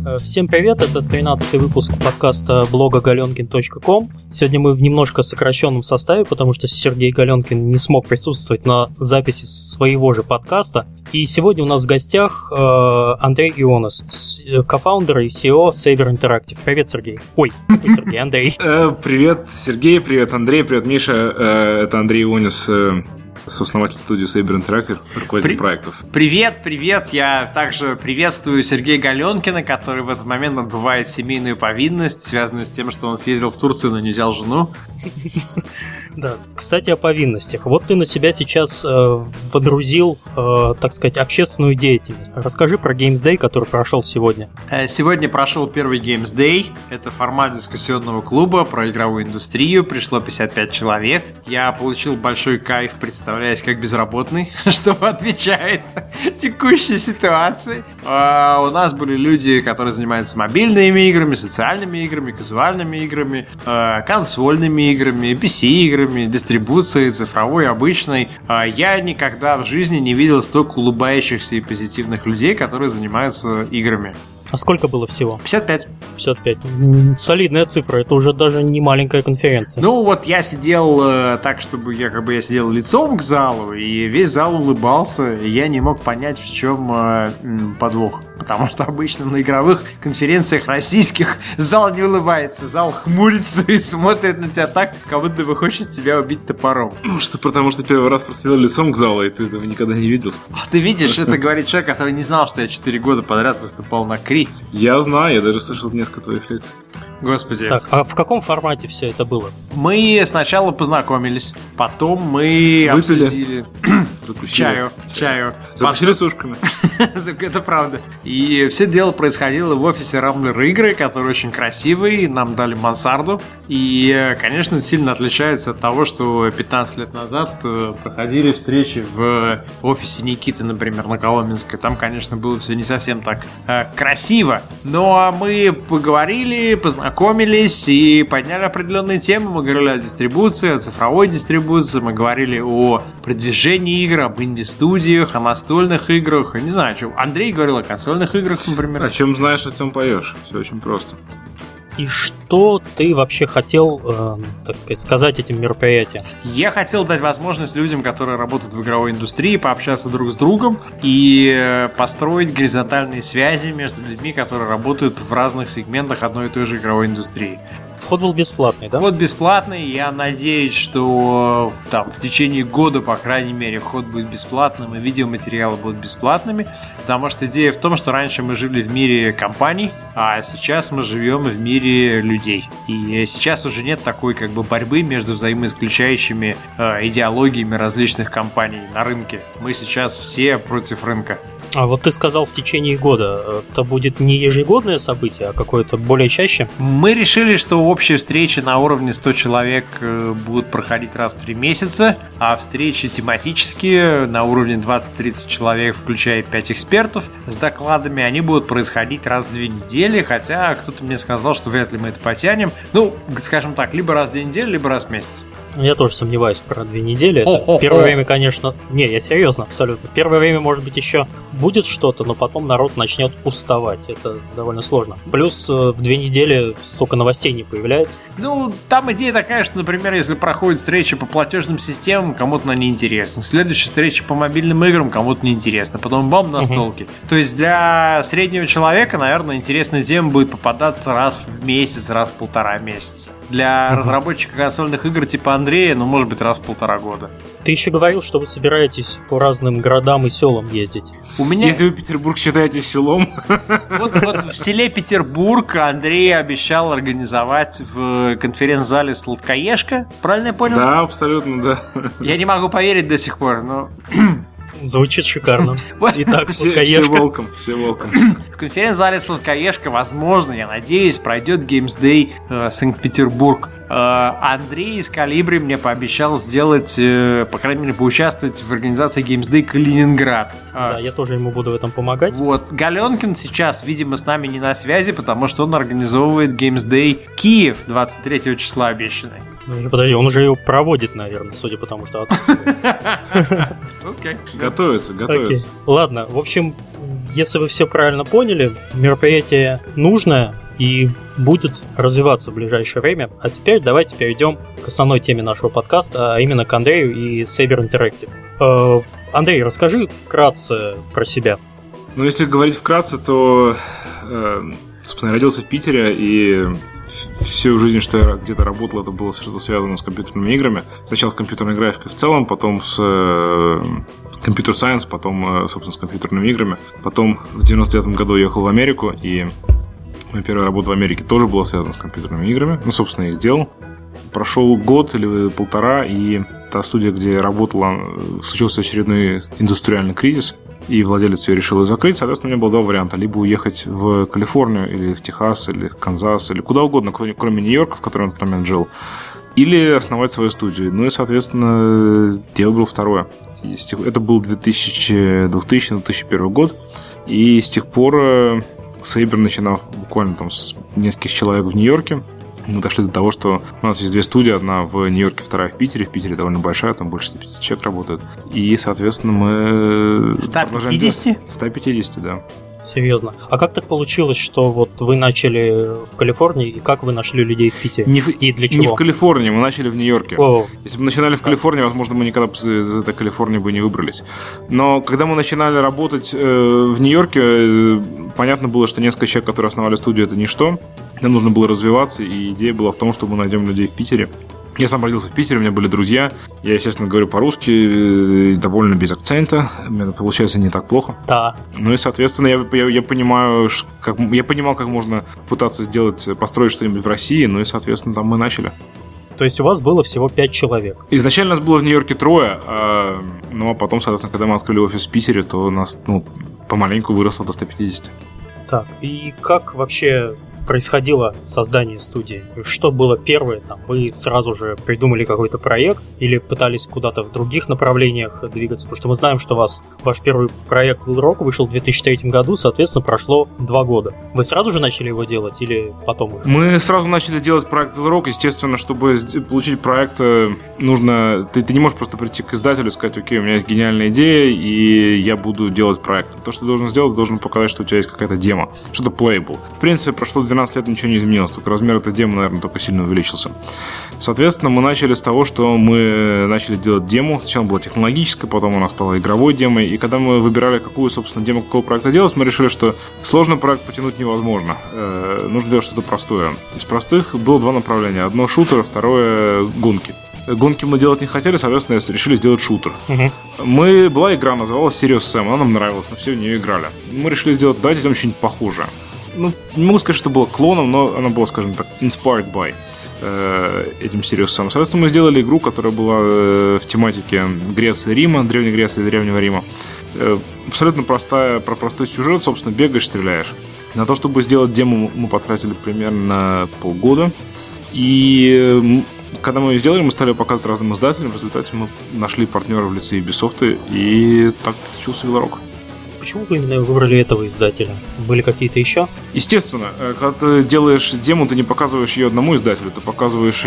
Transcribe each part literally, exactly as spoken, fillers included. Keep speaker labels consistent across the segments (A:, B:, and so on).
A: Всем привет, это тринадцатый выпуск подкаста блога галенкин точка ком. Сегодня мы в немножко сокращенном составе, потому что Сергей Галенкин не смог присутствовать на записи своего же подкаста. И сегодня у нас в гостях э, Андрей Ионас, кофаундер и си и о Saber Interactive. Привет, Сергей. Ой, не Сергей, Андрей.
B: Привет, Сергей, привет, Андрей, привет, Миша. Это Андрей Ионас, сооснователь студии Saber Interactive, руководитель При... проектов.
C: Привет, привет! Я также приветствую Сергея Галенкина, который в этот момент отбывает семейную повинность, связанную с тем, что он съездил в Турцию, но не взял жену.
A: Да, кстати, о повинностях. Вот ты на себя сейчас э, водрузил, э, так сказать, общественную деятельность. Расскажи про Games Day, который прошел сегодня.
C: Сегодня прошел первый Games Day. Это формат дискуссионного клуба про игровую индустрию. Пришло пятьдесят пять человек. Я получил большой кайф, представляясь как безработный, что отвечает текущей ситуации. А у нас были люди, которые занимаются мобильными играми, социальными играми, казуальными играми, консольными играми, пи си-играми, дистрибуцией, цифровой, обычной. Я никогда в жизни не видел столько улыбающихся и позитивных людей, которые занимаются играми.
A: А сколько было всего?
C: пятьдесят пять.
A: пятьдесят пять. Солидная цифра, это уже даже не маленькая конференция.
C: Ну вот я сидел э, так, чтобы я как бы я сидел лицом к залу, и весь зал улыбался, и я не мог понять, в чем э, подвох. Потому что обычно на игровых конференциях российских зал не улыбается, зал хмурится и смотрит на тебя так, как будто бы хочет тебя убить топором.
B: Ну что, потому что первый раз просидел лицом к залу, и ты этого никогда не видел.
C: А ты видишь, это говорит человек, который не знал, что я четыре года подряд выступал на Кри.
B: Я знаю, я даже слышал несколько твоих лекций.
C: Господи.
A: Так, а в каком формате все это было?
C: Мы сначала познакомились, потом мы
B: выпили,
C: обсудили чаю, чаю.
B: Закусили сушками.
C: Это правда. И все дело происходило в офисе Рамблер Игры, который очень красивый, нам дали мансарду. И, конечно, сильно отличается от того, что пятнадцать лет назад проходили встречи в офисе Никиты, например, на Коломенской. Там, конечно, было все не совсем так э, красиво. Но мы поговорили, познакомились и подняли определенные темы. Мы говорили о дистрибуции, о цифровой дистрибуции. Мы говорили о продвижении игр, об инди-студиях, о настольных играх. Не знаю, что. Андрей говорил о консольных играх, например.
B: О чем знаешь, о том поешь. Все очень просто.
A: И что ты вообще хотел, э, так сказать, сказать этим мероприятиям?
C: Я хотел дать возможность людям, которые работают в игровой индустрии, пообщаться друг с другом и построить горизонтальные связи между людьми, которые работают в разных сегментах одной и той же игровой индустрии.
A: Вход был бесплатный, да?
C: Вход бесплатный. Я надеюсь, что там в течение года, по крайней мере, вход будет бесплатным и видеоматериалы будут бесплатными. Потому что идея в том, что раньше мы жили в мире компаний, а сейчас мы живем в мире людей. И сейчас уже нет такой как бы борьбы между взаимоисключающими э, идеологиями различных компаний на рынке. Мы сейчас все против рынка.
A: А вот ты сказал в течение года. Это будет не ежегодное событие, а какое-то более чаще?
C: Мы решили, что общие встречи на уровне сто человек будут проходить раз в три месяца, а встречи тематические на уровне двадцать-тридцать человек, включая пять экспертов с докладами, они будут происходить раз в две недели, хотя кто-то мне сказал, что вряд ли мы это потянем. Ну, скажем так, либо раз в две недели, либо раз в месяц.
A: Я тоже сомневаюсь про две недели. Это первое время, конечно... Не, я серьезно, абсолютно. Первое время, может быть, еще будет что-то, но потом народ начнет уставать. Это довольно сложно. Плюс в две недели столько новостей не появляется.
C: Ну, там идея такая, что, например, если проходит встреча по платежным системам, кому-то она неинтересна. Следующая встреча по мобильным играм кому-то неинтересна. Потом бам, настолки. Угу. То есть для среднего человека, наверное, интересная тема будет попадаться раз в месяц, раз в полтора месяца. Для угу. разработчика консольных игр типа Андрея, ну, может быть, раз в полтора года.
A: Ты еще говорил, что вы собираетесь по разным городам и селам ездить.
C: У меня...
B: Если вы Петербург считаете селом...
C: Вот, вот в селе Петербург Андрей обещал организовать в конференц-зале «Сладкоежка». Правильно я понял?
B: Да, абсолютно, да.
C: Я не могу поверить до сих пор, но...
A: Звучит шикарно.
B: Итак, все welcome, все welcome.
C: В конференц-зале «Сладкоежка», возможно, я надеюсь, пройдет Games Day э, Санкт-Петербург. Э, Андрей из Колибри мне пообещал сделать, э, по крайней мере, поучаствовать в организации Games Day Калининград.
A: Да, я тоже ему буду в этом помогать.
C: Вот. Галенкин сейчас, видимо, с нами не на связи, потому что он организовывает Games Day Киев двадцать третьего числа обещанный.
A: Ну, подожди, он уже его проводит, наверное, судя по тому, что отсутствует.
C: Окей.
B: Готовится, готовится.
A: Ладно, в общем, если вы все правильно поняли, мероприятие нужное и будет развиваться в ближайшее время. А теперь давайте перейдем к основной теме нашего подкаста, а именно к Андрею и Saber Interactive. Андрей, расскажи вкратце про себя.
B: Ну, если говорить вкратце, то, собственно, я родился в Питере, и всю жизнь, что я где-то работал, это было что-то связано с компьютерными играми. Сначала с компьютерной графикой в целом, потом с компьютер-сайенс, потом, собственно, с компьютерными играми. Потом в девяносто девятом году я ехал в Америку, и моя первая работа в Америке тоже была связана с компьютерными играми. Ну, собственно, я их делал. Прошел год или полтора, и та студия, где я работал, случился очередной индустриальный кризис, и владелец ее решил ее закрыть. Соответственно, у меня было два варианта. Либо уехать в Калифорнию, или в Техас, или в Канзас, или куда угодно, кроме Нью-Йорка, в котором я на тот момент жил, или основать свою студию. Ну и, соответственно, я выбрал второе. Это был двухтысячный - две тысячи первый год, и с тех пор Saber начинал буквально там с нескольких человек в Нью-Йорке. Мы дошли до того, что у нас есть две студии, одна в Нью-Йорке, вторая в Питере. В Питере довольно большая, там больше ста пятидесяти человек работает. И, соответственно, мы...
C: ста пятидесяти?
B: ста пятидесяти, да.
A: Серьезно. А как так получилось, что вот вы начали в Калифорнии, и как вы нашли людей в Питере?
B: Не в,
A: и для чего?
B: Не в Калифорнии, мы начали в Нью-Йорке.
A: О.
B: Если бы мы начинали в Калифорнии, возможно, мы никогда из этой Калифорнии бы не выбрались. Но когда мы начинали работать э, в Нью-Йорке, э, понятно было, что несколько человек, которые основали студию, это ничто. Нам нужно было развиваться, и идея была в том, чтобы мы найдем людей в Питере. Я сам родился в Питере, у меня были друзья. Я, естественно, говорю по-русски, довольно без акцента. У меня получается не так плохо.
A: Да.
B: Ну и, соответственно, я, я, я понимаю, как, я понимал, как можно пытаться сделать, построить что-нибудь в России. Ну и, соответственно, там мы начали.
A: То есть у вас было всего пять человек?
B: Изначально нас было в Нью-Йорке трое, а, ну а потом, соответственно, когда мы открыли офис в Питере, то нас, ну, помаленьку выросло до ста пятидесяти.
A: Так, и как вообще происходило создание студии? Что было первое? Там, вы сразу же придумали какой-то проект или пытались куда-то в других направлениях двигаться? Потому что мы знаем, что у вас ваш первый проект Little Rock вышел в две тысячи третьем году, соответственно, прошло два года. Вы сразу же начали его делать или потом уже?
B: Мы сразу начали делать проект Little Rock. Естественно, чтобы получить проект, нужно... Ты, ты не можешь просто прийти к издателю и сказать: окей, у меня есть гениальная идея, и я буду делать проект. То, что ты должен сделать, ты должен показать, что у тебя есть какая-то демо, что-то playable. В принципе, прошло двенадцать лет, ничего не изменилось, только размер этой демы, наверное, только сильно увеличился. Соответственно, мы начали с того, что мы начали делать дему. Сначала была технологическая, потом она стала игровой демой. И когда мы выбирали, какую, собственно, дему какого проекта делать, мы решили, что сложный проект потянуть невозможно. Э, нужно делать что-то простое. Из простых было два направления. Одно шутер, второе гонки. Гонки мы делать не хотели, соответственно, решили сделать шутер. Uh-huh. Мы, была игра, называлась Serious Sam, она нам нравилась, мы все в нее играли. Мы решили сделать, давайте сделаем что-нибудь похожее. Ну, не могу сказать, что было клоном, но она была, скажем так, inspired by э, этим Serious Sam. Соответственно, мы сделали игру, которая была э, в тематике Греции, Рима, Древней Греции и Древнего Рима. Э, абсолютно простая, про простой сюжет, собственно, бегаешь, стреляешь. На то, чтобы сделать демо, мы потратили примерно полгода. И когда мы ее сделали, мы стали показывать разным издателям. В результате мы нашли партнера в лице Ubisoft, и так случился Little Rock.
A: Почему вы именно выбрали этого издателя? Были какие-то еще?
B: Естественно, когда ты делаешь демо, ты не показываешь ее одному издателю, ты показываешь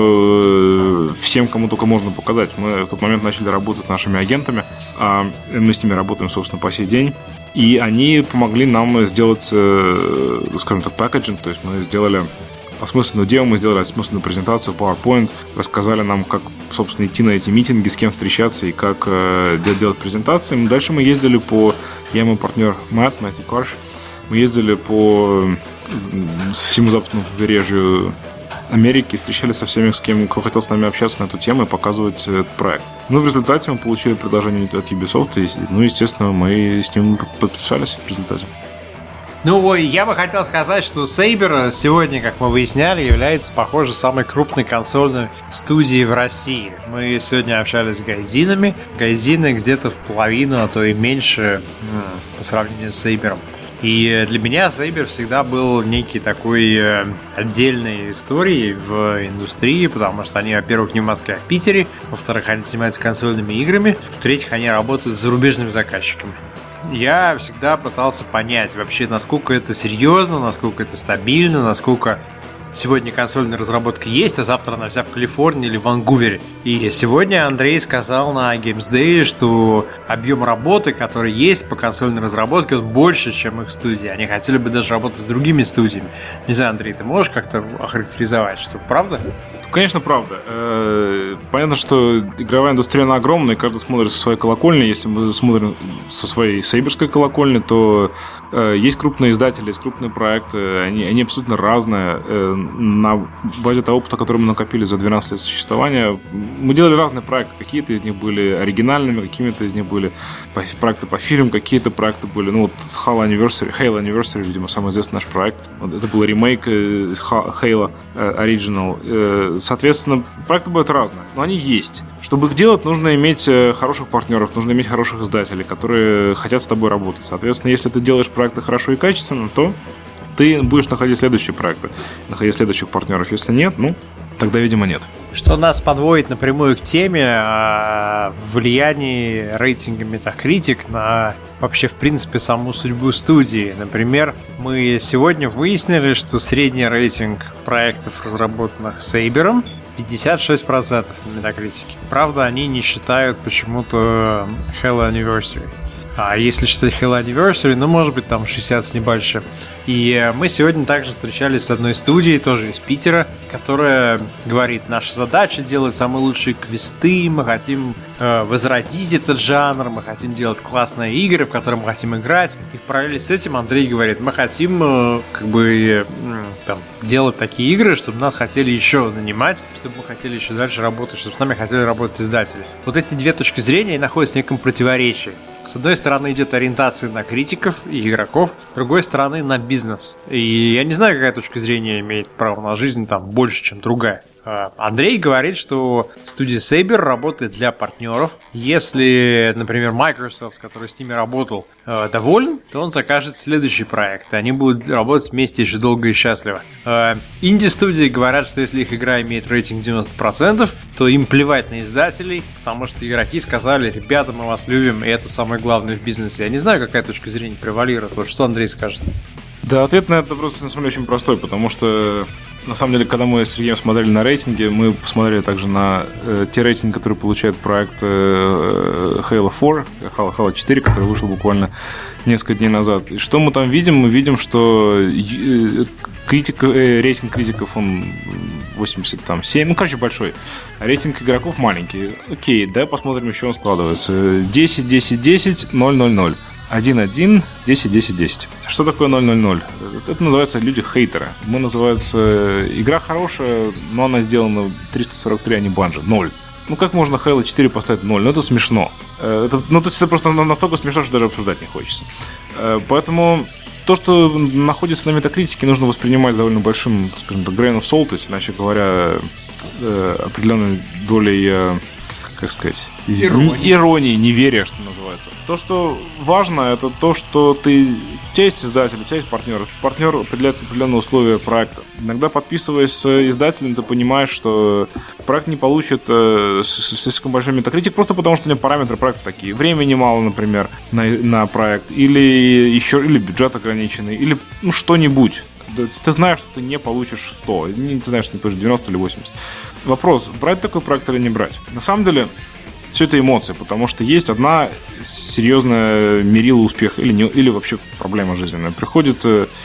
B: ее всем, кому только можно показать. Мы в тот момент начали работать с нашими агентами, а мы с ними работаем, собственно, по сей день. И они помогли нам сделать, скажем так, пакетинг, то есть мы сделали осмысленную демо, мы сделали осмысленную презентацию, PowerPoint, рассказали нам, как, собственно, идти на эти митинги, с кем встречаться и как э, делать презентации. Дальше мы ездили по... Я и мой партнер Мэтт, Мэтью Карш, мы ездили по всему западному побережью Америки, встречались со всеми, с кем, кто хотел с нами общаться на эту тему и показывать этот проект. Ну, в результате мы получили предложение от Ubisoft, и, ну, естественно, мы с ним подписались в результате.
C: Ну, я бы хотел сказать, что Saber сегодня, как мы выясняли, является, похоже, самой крупной консольной студией в России. Мы сегодня общались с гайзинами. Гайзины где-то в половину, а то и меньше по сравнению с Saber. И для меня Saber всегда был некий такой отдельной историей в индустрии, потому что они, во-первых, не в Москве, а в Питере. Во-вторых, они занимаются консольными играми. В-третьих, они работают с зарубежными заказчиками. Я всегда пытался понять вообще, насколько это серьезно, насколько это стабильно, насколько сегодня консольная разработка есть, а завтра она вся в Калифорнии или в Ванкувере. И сегодня Андрей сказал на Games Day, что объем работы, который есть по консольной разработке, он больше, чем их студии. Они хотели бы даже работать с другими студиями. Не знаю, Андрей, ты можешь как-то охарактеризовать, что правда?
B: Конечно, правда. Понятно, что игровая индустрия, она огромная, и каждый смотрит со своей колокольни. Если мы смотрим со своей сейберской колокольни, то есть крупные издатели, есть крупные проекты, они, они абсолютно разные. На базе того опыта, который мы накопили за двенадцать лет существования, мы делали разные проекты. Какие-то из них были оригинальными, какими-то из них были проекты по фильмам, какие-то проекты были, ну вот Halo Anniversary, Halo Anniversary, видимо, самый известный наш проект. Это был ремейк Halo Original. Соответственно, проекты будут разные, но они есть. Чтобы их делать, нужно иметь хороших партнеров, нужно иметь хороших издателей, которые хотят с тобой работать. Соответственно, если ты делаешь проекты хорошо и качественно, то ты будешь находить следующие проекты, находить следующих партнеров. Если нет, ну, тогда, видимо, нет.
C: Что нас подводит напрямую к теме о влиянии рейтинга Metacritic на вообще, в принципе, саму судьбу студии. Например, мы сегодня выяснили, что средний рейтинг проектов, разработанных Сейбером, пятьдесят шесть процентов на Metacritic. Правда, они не считают почему-то Halo Anniversary. А если считать Halo Anniversary, ну, может быть, там шестьдесят с небольшим. И мы сегодня также встречались с одной студией, тоже из Питера, которая говорит, наша задача делать самые лучшие квесты, мы хотим э, возродить этот жанр, мы хотим делать классные игры, в которые мы хотим играть. И в параллели с этим Андрей говорит, мы хотим э, как бы э, там, делать такие игры, чтобы нас хотели еще нанимать, чтобы мы хотели еще дальше работать, чтобы с нами хотели работать издатели. Вот эти две точки зрения находятся в неком противоречии. С одной стороны идет ориентация на критиков и игроков, с другой стороны на бизнес. И я не знаю, какая точка зрения имеет право на жизнь там больше, чем другая. Андрей говорит, что студия Saber работает для партнеров. Если, например, Microsoft, который с ними работал, доволен, то он закажет следующий проект. Они будут работать вместе еще долго и счастливо. Инди-студии говорят, что если их игра имеет рейтинг девяносто процентов, то им плевать на издателей, потому что игроки сказали, ребята, мы вас любим, и это самое главное в бизнесе. Я не знаю, какая точка зрения превалирует. Вот что Андрей скажет?
B: Да, ответ на это просто, на самом деле, очень простой, потому что, на самом деле, когда мы с Сергеем смотрели на рейтинги, мы посмотрели также на э, те рейтинги, которые получает проект э, Halo четыре, Halo четыре, который вышел буквально несколько дней назад. И что мы там видим? Мы видим, что э, критик, э, рейтинг критиков, он восемьдесят семь, ну, короче, большой, а рейтинг игроков маленький. Окей, давай посмотрим, еще он складывается. десять, десять, десять, ноль, ноль, ноль. один один, десять, десять, десять. Что такое ноль ноль ноль? Это называется люди-хейтеры. Мы называется игра хорошая, но она сделана триста сорок три, а не Bungie. Ноль. Ну как можно Halo четыре поставить ноль? Ну это смешно. Это, ну то есть это просто настолько смешно, что даже обсуждать не хочется. Поэтому то, что находится на метакритике, нужно воспринимать с довольно большим, скажем так, grain of salt, то есть, иначе говоря, определенной долей, как сказать, иронии, иронии, неверия, что называется. То, что важно, это то, что ты, у тебя есть издатель, у тебя есть партнер. Партнер определяет определенные условия проекта. Иногда, подписываясь с издателем, ты понимаешь, что проект не получит э, слишком большой метакритик, просто потому что у него параметры проекта такие. Времени мало, например, на, на проект, или еще, или бюджет ограниченный, или ну, что-нибудь. Ты знаешь, что ты не получишь сто, ты знаешь, что ты получишь девяносто или восемьдесят. Вопрос, брать такой проект или не брать? На самом деле, все это эмоции, потому что есть одна серьезная мерила успеха или, не, или вообще проблема жизненная. Приходит,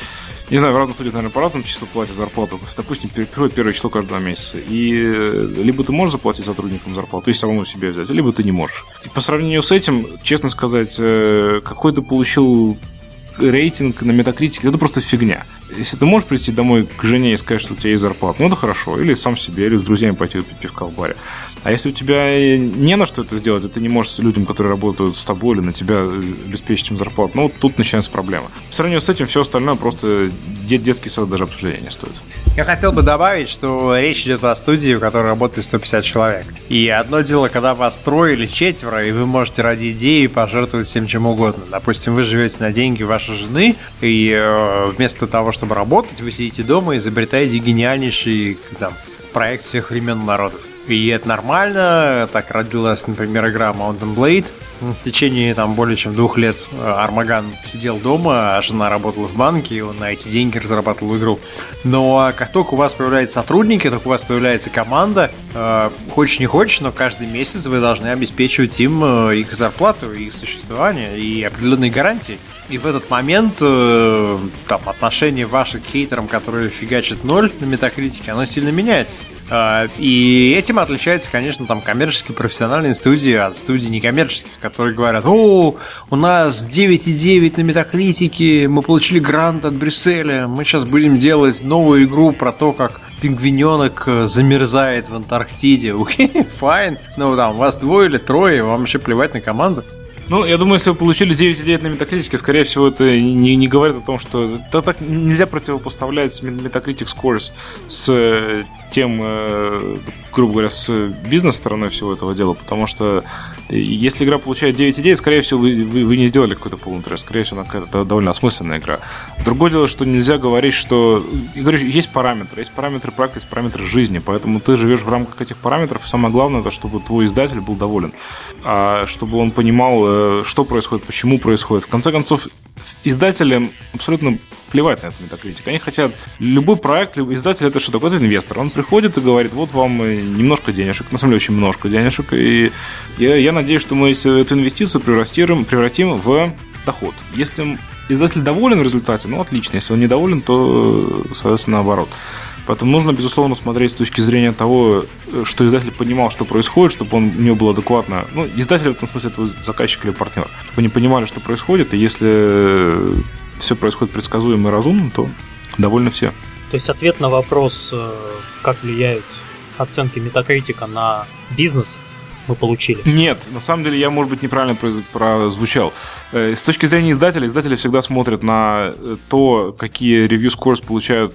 B: не знаю, в разных студиях, наверное, по-разному число платят зарплату. Допустим, приходит первое число каждого месяца. И либо ты можешь заплатить сотрудникам зарплату, и все равно себе взять, либо ты не можешь. И по сравнению с этим, честно сказать, какой ты получил рейтинг на метакритике, это просто фигня. Если ты можешь прийти домой к жене и сказать, что у тебя есть зарплата, ну это хорошо. Или сам себе, или с друзьями пойти выпить пивка в баре. А если у тебя не на что это сделать, и ты не можешь людям, которые работают с тобой или на тебя, обеспечить им зарплату, ну тут начинается проблема. По сравнению с этим, все остальное просто детский сад даже обсуждения не стоит.
C: Я хотел бы добавить, что речь идет о студии, в которой работает сто пятьдесят человек. И одно дело, когда вас трое или четверо, и вы можете ради идеи пожертвовать всем чем угодно. Допустим, вы живете на деньги вашей жены, и э, вместо того, чтобы работать, вы сидите дома и изобретаете гениальнейший там, проект всех времен народов. И это нормально. Так родилась, например, игра Mount and Blade. В течение там более чем двух лет Армаган сидел дома, а жена работала в банке, и он на эти деньги разрабатывал игру. Но как только у вас появляются сотрудники, только у вас появляется команда, хочешь не хочешь, но каждый месяц вы должны обеспечивать им их зарплату, их существование и определенные гарантии. И в этот момент там, отношение ваших к хейтерам, которые фигачат ноль на метакритике, оно сильно меняется. И этим отличается, конечно, там коммерческие профессиональные студии от студий некоммерческих, которые говорят: о, у нас девять и девять на метакритике, мы получили грант от Брюсселя, мы сейчас будем делать новую игру про то, как пингвиненок замерзает в Антарктиде. Окей, файн. Ну, там, вас двое или трое, вам вообще плевать на команду.
B: Ну, я думаю, если вы получили девять и девять на метакритике, скорее всего, это не, не говорит о том, что... Да, так нельзя противопоставлять Metacritic Scores с тем, грубо говоря, с бизнес-стороной всего этого дела, потому что если игра получает девять и девять, скорее всего, вы, вы, вы не сделали какой-то полный трек, скорее всего, она какая-то довольно осмысленная игра. Другое дело, что нельзя говорить, что... Я говорю, есть параметры, есть параметры практики, есть параметры жизни, поэтому ты живешь в рамках этих параметров, и самое главное, это чтобы твой издатель был доволен, а чтобы он понимал, что происходит, почему происходит. В конце концов, издателям абсолютно плевать на этот метакритик. Они хотят... Любой проект, любой издатель — это что такое? Это инвестор. Он приходит и говорит: вот вам немножко денежек, на самом деле очень немножко денежек, и я, я надеюсь, что мы эту инвестицию превратим, превратим в доход. Если издатель доволен в результате, ну, отлично. Если он недоволен, то, соответственно, наоборот. Поэтому нужно, безусловно, смотреть с точки зрения того, что издатель понимал, что происходит, чтобы он, у него было адекватно... Ну, издатель в этом смысле — это заказчик или партнер. Чтобы они понимали, что происходит, и если все происходит предсказуемо и разумно, то довольны все.
A: То есть ответ на вопрос, как влияют оценки Метакритика на бизнес, мы получили.
B: Нет, на самом деле я, может быть, неправильно прозвучал. С точки зрения издателя, издатели всегда смотрят на то, какие review scores получают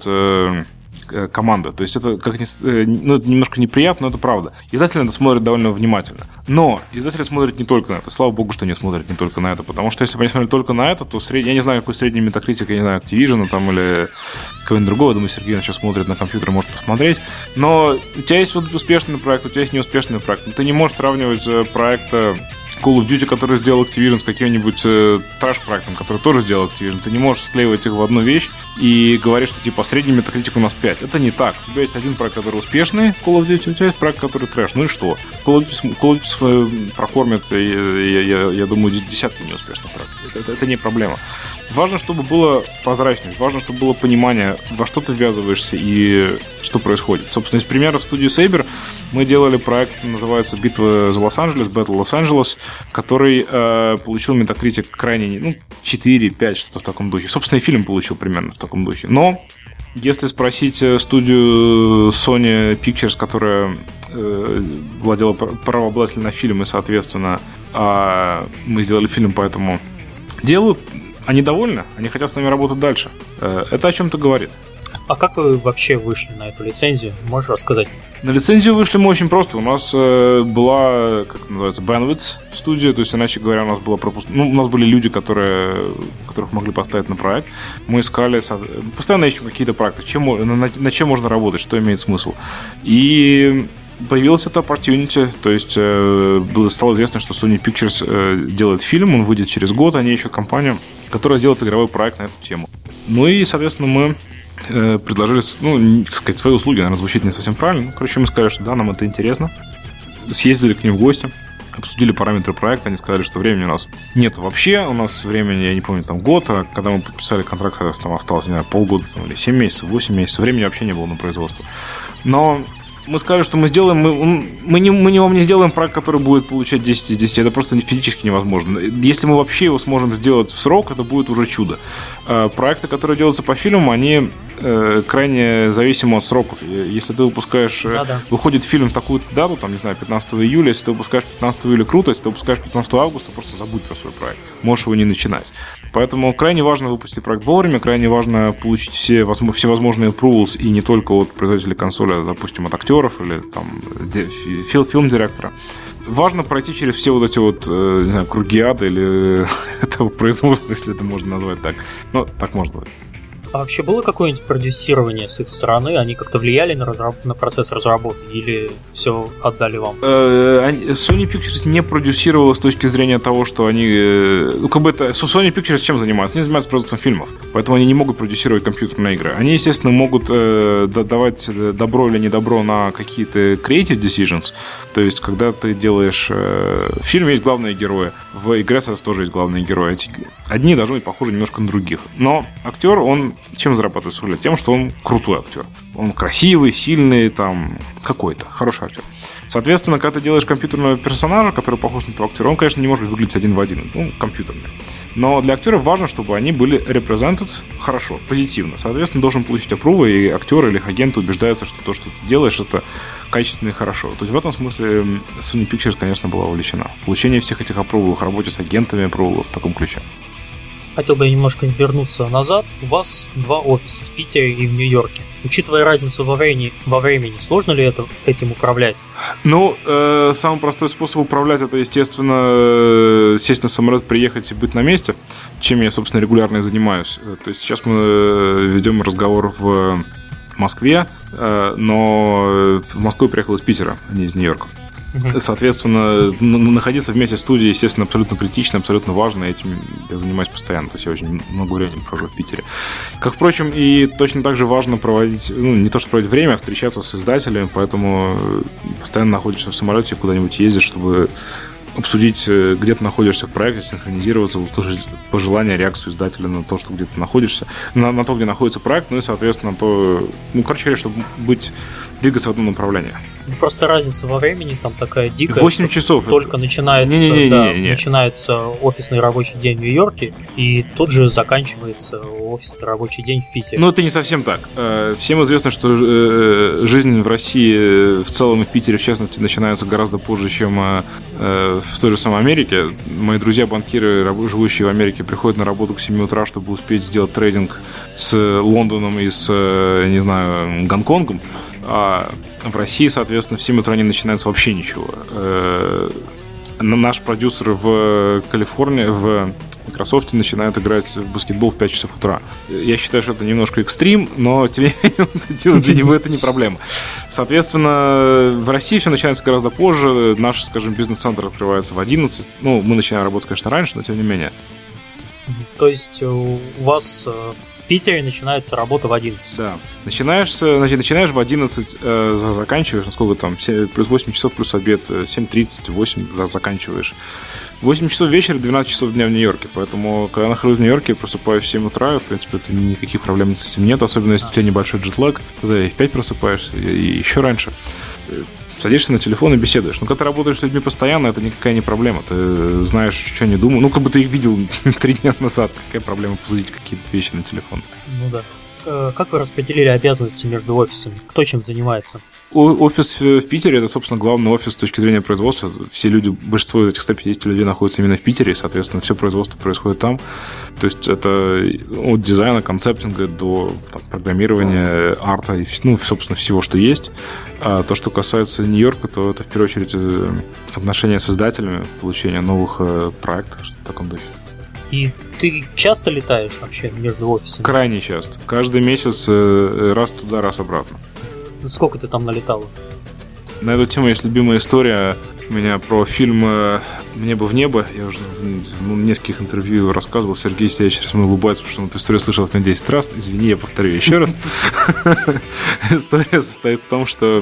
B: команда. То есть это, как, ну, это немножко неприятно, но это правда. Издатели это смотрят довольно внимательно. Но издатели смотрят не только на это. Слава богу, что они смотрят не только на это. Потому что если бы они смотрели только на это, то сред... я не знаю, какой средний метакритик, я не знаю, Activision там, или кого-нибудь другого. Думаю, Сергей сейчас смотрит на компьютер, может посмотреть. Но у тебя есть вот успешный проект, у тебя есть неуспешный проект. Ты не можешь сравнивать проект Call of Duty, который сделал Activision, с каким-нибудь э, трэш-проектом, который тоже сделал Activision. Ты не можешь склеивать их в одну вещь и говорить, что типа средний метакритик у нас пять. Это не так. У тебя есть один проект, который успешный, Call of Duty, у тебя есть проект, который трэш. Ну и что? Call of Duty, Call of Duty прокормит, я, я, я, я думаю, десятки неуспешных проектов. Это, это, это не проблема. Важно, чтобы была прозрачность, важно, чтобы было понимание, во что ты ввязываешься и что происходит. Собственно, из примера в студии Saber мы делали проект, называется «Битва за Лос-Анджелес», Battle Los-Angeles, который э, получил метакритик крайне, ну, четыре-пять, что-то в таком духе. Собственно, и фильм получил примерно в таком духе. Но если спросить студию Sony Pictures, которая э, владела правообладателем на фильм, и, соответственно, э, мы сделали фильм по этому делу, они довольны, они хотят с нами работать дальше. Э, это о чем-то говорит.
A: А как вы вообще вышли на эту лицензию? Можешь рассказать?
B: На лицензию вышли мы очень просто. У нас э, была, как это называется, bandwidth в студии, то есть, иначе говоря, у нас была пропуск... ну, у нас были люди, которые, которых могли поставить на проект. Мы искали, постоянно ищем какие-то проекты, чем, на, на чем можно работать, что имеет смысл. И появилась эта opportunity, то есть э, было, стало известно, что Sony Pictures э, делает фильм, он выйдет через год, они ищут компанию, которая делает игровой проект на эту тему. Ну и, соответственно, мы предложили, ну, как сказать, свои услуги, наверное, звучит не совсем правильно. Ну, короче, мы сказали, что да, нам это интересно. Съездили к ним в гости, обсудили параметры проекта, они сказали, что времени у нас нет вообще, у нас времени, я не помню, там год, а когда мы подписали контракт, соответственно, там осталось, не знаю, полгода там, или семь месяцев, восемь месяцев, времени вообще не было на производство. Но мы сказали, что мы сделаем, мы, мы, не, мы не вам не сделаем проект, который будет получать десять из десяти. Это просто физически невозможно. Если мы вообще его сможем сделать в срок, это будет уже чудо. Проекты, которые делаются по фильму, они э, крайне зависимы от сроков. Если ты выпускаешь, а, да. выходит фильм в такую-то дату, там, не знаю, пятнадцатого июля, если ты выпускаешь пятнадцатого июля, круто, если ты выпускаешь пятнадцатого августа, просто забудь про свой проект. Можешь его не начинать. Поэтому крайне важно выпустить проект вовремя, крайне важно получить все всевозможные approvals, и не только от производителей консоли, а, допустим, от актеров или там фильм-директора. Важно пройти через все вот эти вот, не знаю, круги ада или этого производства, если это можно назвать так. Ну, так можно быть.
A: А вообще было какое-нибудь продюсирование с их стороны? Они как-то влияли на, разраб... на процесс разработки или все отдали вам?
B: Sony Pictures не продюсировала с точки зрения того, что они... Ну, как бы это... Sony Pictures чем занимаются? Они занимаются производством фильмов, поэтому они не могут продюсировать компьютерные игры. Они, естественно, могут э, давать добро или недобро на какие-то creative decisions. То есть, когда ты делаешь... Э, в фильме есть главные герои, в игре, соответственно, тоже есть главные герои. Одни должны быть похожи немножко на других. Но актер, он чем зарабатывает свой лет? Тем, что он крутой актер. Он красивый, сильный, там, какой-то, хороший актер. Соответственно, когда ты делаешь компьютерного персонажа, который похож на этого актера, он, конечно, не может выглядеть один в один. Ну, компьютерный. Но для актеров важно, чтобы они были represented хорошо, позитивно. Соответственно, должен получить approval, и актер или их агент убеждается, что то, что ты делаешь, это качественно и хорошо. То есть в этом смысле Sony Pictures, конечно, была увлечена. Получение всех этих approval, работе с агентами approval в таком ключе.
A: Хотел бы я немножко вернуться назад. У вас два офиса в Питере и в Нью-Йорке. Учитывая разницу во времени, во времени сложно ли это, этим управлять?
B: Ну, э, самый простой способ управлять это, естественно, сесть на самолет, приехать и быть на месте, чем я, собственно, регулярно и занимаюсь. То есть сейчас мы ведем разговор в Москве, э, но в Москву я приехал из Питера, а не из Нью-Йорка. Соответственно, находиться вместе в студии, естественно, абсолютно критично, абсолютно важно. Этим я занимаюсь постоянно. То есть я очень много времени провожу в Питере. Как, впрочем, и точно так же важно проводить, ну, не то что проводить время, а встречаться с издателями. Поэтому постоянно находишься в самолете, куда-нибудь ездишь, чтобы обсудить, где ты находишься в проекте, синхронизироваться, услышать пожелания, реакцию издателя на то, что где ты находишься, на, на то, где находится проект, ну и, соответственно, то, ну, короче говоря, чтобы быть, двигаться в одном направлении.
A: Просто разница во времени там такая дикая.
B: восемь часов.
A: Только
B: это...
A: начинается,
B: не, не, не,
A: да,
B: не, не.
A: начинается офисный рабочий день в Нью-Йорке, и тут же заканчивается офисный рабочий день в Питере.
B: Ну, это не совсем так. Всем известно, что жизнь в России в целом и в Питере, в частности, начинается гораздо позже, чем в той же самой Америке. Мои друзья-банкиры, живущие в Америке, приходят на работу к семи утра, чтобы успеть сделать трейдинг с Лондоном и с, не знаю, Гонконгом. А в России, соответственно, в семь утра не начинается вообще ничего. Наш продюсер в Калифорнии, в Microsoft начинает играть в баскетбол в пять часов утра. Я считаю, что это немножко экстрим, но тем не менее для него это не проблема. Соответственно, в России все начинается гораздо позже. Наш, скажем, бизнес-центр открывается в одиннадцать. Ну, мы начинаем работать, конечно, раньше, но тем не менее.
A: То есть у вас в Питере начинается работа в одиннадцать?
B: Да. Начинаешь, значит, начинаешь в одиннадцать, э, заканчиваешь, ну сколько там, семь, плюс восемь часов, плюс обед, семь тридцать, восемь заканчиваешь. восемь часов вечера, двенадцать часов дня в Нью-Йорке. Поэтому, когда я нахожусь в Нью-Йорке, я просыпаюсь в семь утра, в принципе, это никаких проблем с этим нет, особенно если у тебя небольшой джетлаг, тогда и в пять просыпаешься, и еще раньше. Садишься на телефон и беседуешь. Но когда ты работаешь с людьми постоянно, это никакая не проблема. Ты знаешь, что они думают. Ну, как бы ты их видел три дня назад. Какая проблема посудить какие-то вещи на телефон?
A: Ну да. Как вы распределили обязанности между офисами? Кто чем занимается?
B: Офис в Питере – это, собственно, главный офис с точки зрения производства. Все люди, большинство из этих ста пятидесяти людей находятся именно в Питере, и, соответственно, все производство происходит там. То есть это от дизайна, концептинга до там, программирования, арта, и, ну, собственно, всего, что есть. А то, что касается Нью-Йорка, то это, в первую очередь, отношения с издателями, получение новых проектов, что-то в таком духе.
A: И ты часто летаешь вообще между офисами?
B: Крайне часто. Каждый месяц раз туда, раз обратно.
A: Сколько ты там налетал?
B: На эту тему есть любимая история у меня про фильм «Небо в небо». Я уже в нескольких интервью рассказывал. Сергей Сергеевич сейчас улыбается, потому что он эту историю слышал от меня десять раз. Извини, я повторю еще раз. История состоит в том, что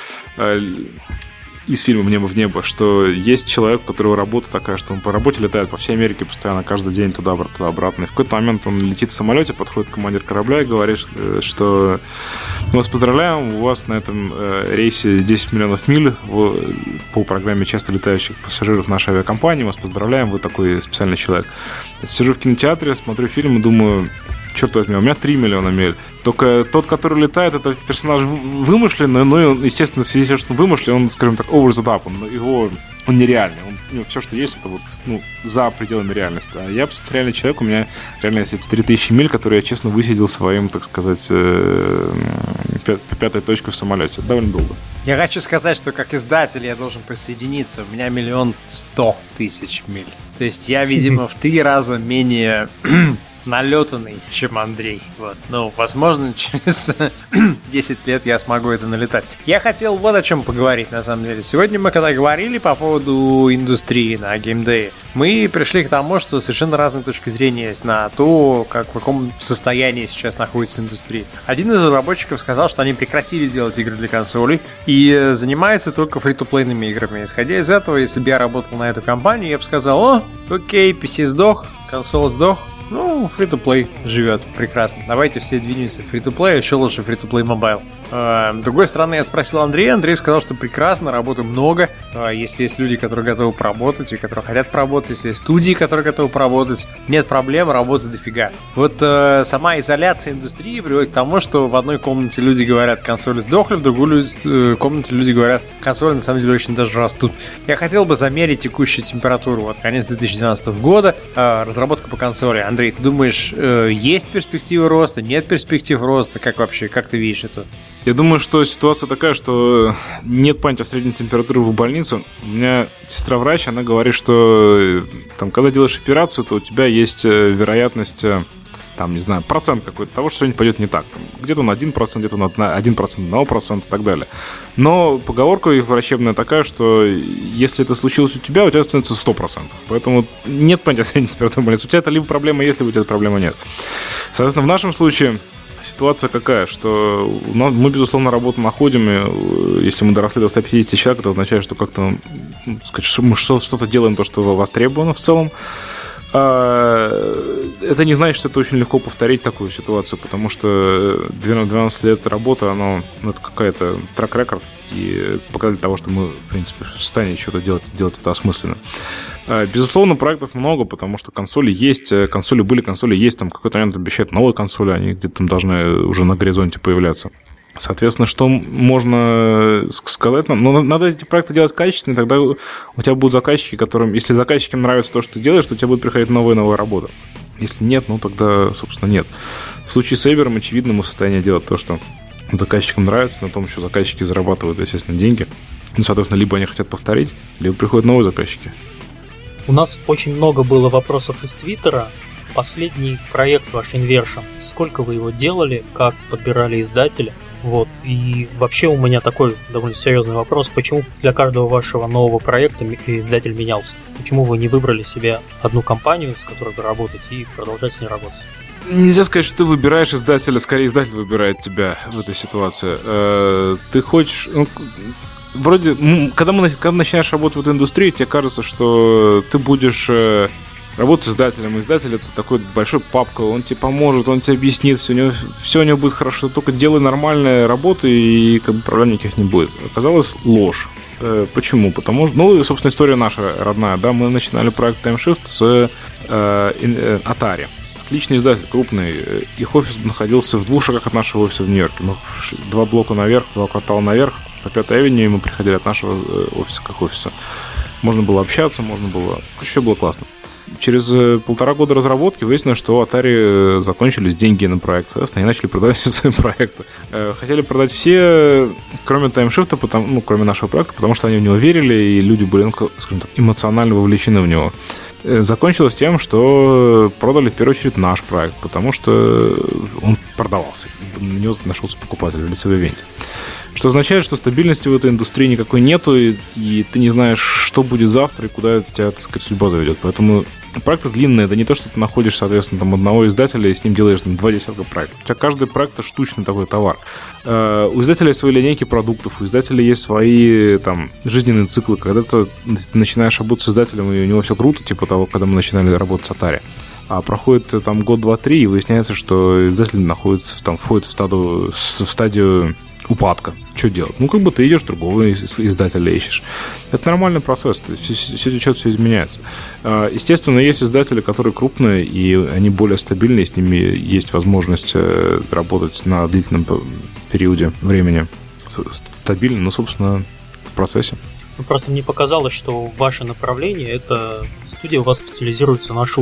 B: из фильма «Небо в небо», что есть человек, у которого работа такая, что он по работе летает по всей Америке постоянно, каждый день туда-обратно, туда-обратно. И в какой-то момент он летит в самолете, подходит командир корабля и говорит, что мы вас поздравляем, у вас на этом рейсе десять миллионов миль по программе часто летающих пассажиров нашей авиакомпании, вас поздравляем, вы такой специальный человек. Сижу в кинотеатре, смотрю фильм и думаю... Черт возьми, у меня три миллиона миль. Только тот, который летает, это персонаж вымышленный, но, он, естественно, в связи с тем, что он вымышленный, он, скажем так, over the top, он, его, он нереальный. Он, ну, все, что есть, это вот, ну, за пределами реальности. А я абсолютно реальный человек, у меня реально есть эти три тысячи миль, которые я, честно, высидел своим, так сказать, пятой точкой в самолете. Довольно долго.
C: Я хочу сказать, что как издатель я должен присоединиться. У меня миллион сто тысяч миль. То есть я, видимо, в три раза менее... налетанный, чем Андрей. Вот. Ну, возможно, через десять лет я смогу это налетать. Я хотел вот о чем поговорить, на самом деле. Сегодня мы, когда говорили по поводу индустрии на геймдее, мы пришли к тому, что совершенно разные точки зрения есть на то, как, в каком состоянии сейчас находится индустрия. Один из разработчиков сказал, что они прекратили делать игры для консолей и занимаются только фри-то-плейными играми. Исходя из этого, если бы я работал на эту компанию, я бы сказал: о, окей, пи си сдох, консоль сдох, ну, фри-то-плей живет прекрасно. Давайте все двинемся в фри-то-плей, еще лучше фри-то-плей мобайл. С другой стороны, я спросил Андрея, Андрей сказал, что прекрасно, работы много. Если есть люди, которые готовы поработать и которые хотят поработать, если есть студии, которые готовы поработать, нет проблем, работы дофига. Вот э, сама изоляция индустрии приводит к тому, что в одной комнате люди говорят, консоли сдохли, в другой э, комнате люди говорят, консоли на самом деле очень даже растут. Я хотел бы замерить текущую температуру. Вот конец две тысячи двенадцатого года, э, разработка по консоли. Андрей, ты думаешь, э, есть перспективы роста, нет перспектив роста? Как вообще, как ты видишь это?
B: Я думаю, что ситуация такая, что нет понятия средней температуры в больнице. У меня сестра-врач, она говорит, что там, когда делаешь операцию, то у тебя есть вероятность, там, не знаю, процент какой-то того, что что-нибудь пойдет не так. Где-то на один процент, где-то на один процент, на один процент и так далее. Но поговорка врачебная такая, что если это случилось у тебя, у тебя становится сто процентов. Поэтому нет понятия средней температуры в больнице. У тебя это либо проблема есть, либо у тебя проблема нет. Соответственно, в нашем случае ситуация какая, что мы, безусловно, работу находим, и если мы доросли до ста пятидесяти человек, это означает, что как-то, ну, сказать, что мы что-то делаем, то, что востребовано в целом. Это не значит, что это очень легко повторить такую ситуацию, потому что двенадцать лет работы, оно, ну, это какая-то трек-рекорд, и показатель того, что мы, в принципе, в состоянии что-то делать, делать это осмысленно. Безусловно, проектов много, потому что консоли есть, консоли были, консоли есть, там какой-то момент обещают новые консоли, они где-то там должны уже на горизонте появляться. Соответственно, что можно сказать? Ну, надо эти проекты делать качественно, тогда у тебя будут заказчики, которым, если заказчикам нравится то, что ты делаешь, то у тебя будет приходить новая и новая работа. Если нет, ну тогда, собственно, нет. В случае с Эйбером, очевидно, мы в состоянии делать то, что заказчикам нравится, на том еще заказчики зарабатывают, естественно, деньги. Ну, соответственно, либо они хотят повторить, либо приходят новые заказчики.
A: У нас очень много было вопросов из Твиттера. Последний проект ваш Inversion, сколько вы его делали, как подбирали издателя? Вот, и вообще у меня такой довольно серьезный вопрос, почему для каждого вашего нового проекта издатель менялся? Почему вы не выбрали себе одну компанию, с которой вы работаете, и продолжать с ней работать?
B: Нельзя сказать, что ты выбираешь издателя, скорее издатель выбирает тебя в этой ситуации. Ты хочешь... Ну, вроде, когда, мы, когда начинаешь работать в этой индустрии, тебе кажется, что ты будешь... работать с издателем. Издатель — это такой большой папка, он тебе поможет, он тебе объяснит, все у него, все у него будет хорошо, только делай нормальные работы, и как бы проблем никаких не будет. Оказалось, ложь. Э, почему? Потому что, ну, собственно, история наша родная, да, мы начинали проект TimeShift с э, э, Atari. Отличный издатель, крупный. Их офис находился в двух шагах от нашего офиса в Нью-Йорке. Мы два блока наверх, два квартала наверх, по Пятой авеню, и мы приходили от нашего офиса как офиса. Можно было общаться, можно было... Еще было классно. Через полтора года разработки выяснилось, что у Atari закончились деньги на проект. Соответственно, они начали продавать все свои проекты. Хотели продать все, кроме TimeShift, потому, ну, кроме нашего проекта, потому что они в него верили, и люди были, ну, скажем так, эмоционально вовлечены в него. Закончилось тем, что продали в первую очередь наш проект, потому что он продавался. На него нашелся покупатель в лицевой венде. Что означает, что стабильности в этой индустрии никакой нету, и, и ты не знаешь, что будет завтра и куда тебя, так сказать, судьба заведет. Поэтому проекты длинные, это не то, что ты находишь, соответственно, там одного издателя и с ним делаешь там, два десятка проектов. У тебя каждый проект — это штучный такой товар. Э, у издателя есть свои линейки продуктов, у издателя есть свои там жизненные циклы. Когда ты начинаешь работать с издателем, и у него все круто, типа того, когда мы начинали работать с Atari. А проходит там год, два, три, и выясняется, что издатель находится, там, входит в стадию, в стадию упадка. Что делать? Ну, как бы ты идешь, другого издателя ищешь. Это нормальный процесс. Все, все течет, все изменяется. Естественно, есть издатели, которые крупные, и они более стабильные, с ними есть возможность работать на длительном периоде времени стабильно, но, собственно, в процессе.
A: Ну, просто мне показалось, что ваше направление — это студия у вас специализируется на шутерах.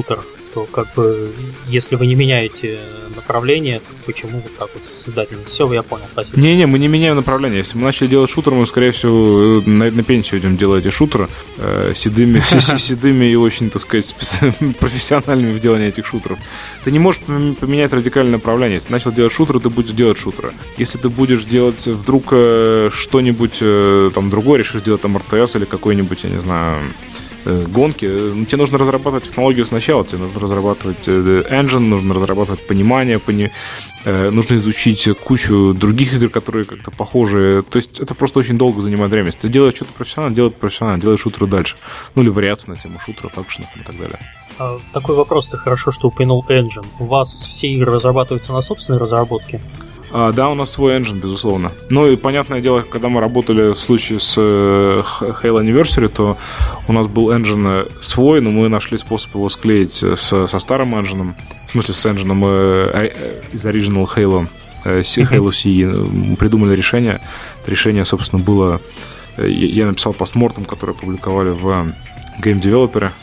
A: то как бы, если вы не меняете направление, то почему вот так вот с издателем? Все, я понял, спасибо.
B: Не-не, мы не меняем направление. Если мы начали делать шутер, мы, скорее всего, на, на пенсию идем делать эти шутеры э, седыми, седыми и очень, так сказать, профессиональными в делании этих шутеров. Ты не можешь поменять радикальное направление. Если ты начал делать шутеры, ты будешь делать шутеры. Если ты будешь делать вдруг э, что-нибудь э, там другое, решишь делать там эр ти эс или какой-нибудь, я не знаю, гонки, ну, тебе нужно разрабатывать технологию сначала, тебе нужно разрабатывать engine, нужно разрабатывать понимание, пони... нужно изучить кучу других игр, которые как-то похожи. То есть это просто очень долго занимает время. Если ты делаешь что-то профессионально, делай профессионально, делай шутеры дальше. Ну или вариацию на тему шутеров, акшенов и так далее.
A: А, такой вопрос, ты хорошо, что упомянул engine. У вас все игры разрабатываются на собственной разработке?
B: А, да, у нас свой engine, безусловно. Ну и понятное дело, когда мы работали в случае с Halo Anniversary, то у нас был engine свой, но мы нашли способ его склеить с, со старым engine. В смысле, с engine э, из Original Halo, э, Halo си и. Мы придумали решение. Это решение, собственно, было... Я написал постмортем, который опубликовали в гейм-девелопере,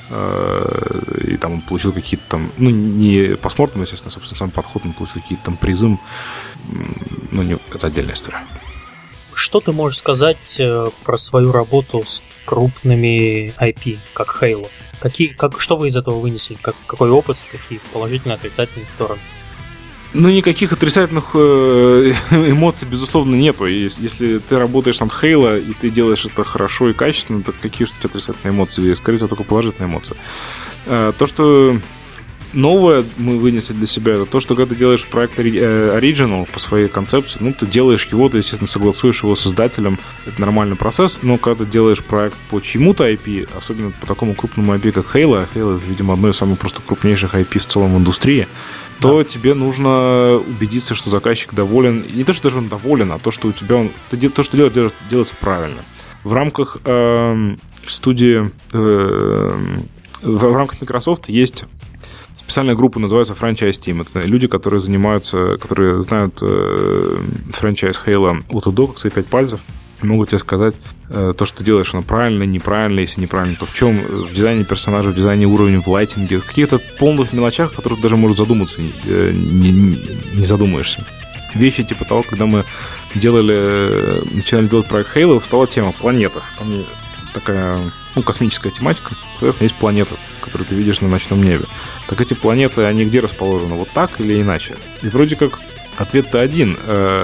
B: и там он получил какие-то там, ну, не постмортем, естественно, собственно, сам подход, он получил какие-то там призы. Ну, не, это отдельная история.
A: Что ты можешь сказать про свою работу с крупными ай пи, как Halo? Какие, как, что вы из этого вынесли? Как, какой опыт, какие положительные, отрицательные стороны?
B: Ну, никаких отрицательных эмоций, безусловно, нету. Если ты работаешь над Halo, и ты делаешь это хорошо и качественно, то какие же у тебя отрицательные эмоции? Скорее всего, только положительные эмоции. То, что новое мы вынесли для себя, это то, что когда ты делаешь проект Original по своей концепции, ну, ты делаешь его, ты, естественно, согласуешь его с издателем, это нормальный процесс, но когда ты делаешь проект по чему-то ай пи, особенно по такому крупному ай пи, как Halo, а Halo, это, видимо, одно из самых просто крупнейших ай пи в целом в индустрии, то да. Тебе нужно убедиться, что заказчик доволен. И не то, что даже он доволен, а то, что у тебя он, то, что делает, делается правильно. В рамках э, студии, э, в, в рамках Microsoft есть специальная группа, называется Franchise Team. Это люди, которые занимаются, которые знают э, франчайз Halo от и до, как свои пять пальцев. Могут тебе сказать, э, то, что ты делаешь, оно правильно, неправильно. Если неправильно, то в чем? В дизайне персонажа, в дизайне уровня, в лайтинге, в каких-то полных мелочах, о которых даже можешь задуматься, э, не, не задумаешься. Вещи типа того, когда мы делали, начинали делать проект Halo, встала тема планета. Там такая, ну, космическая тематика. Соответственно, есть планеты, которые ты видишь на ночном небе. Так эти планеты, они где расположены? Вот так или иначе? И вроде как ответ-то один.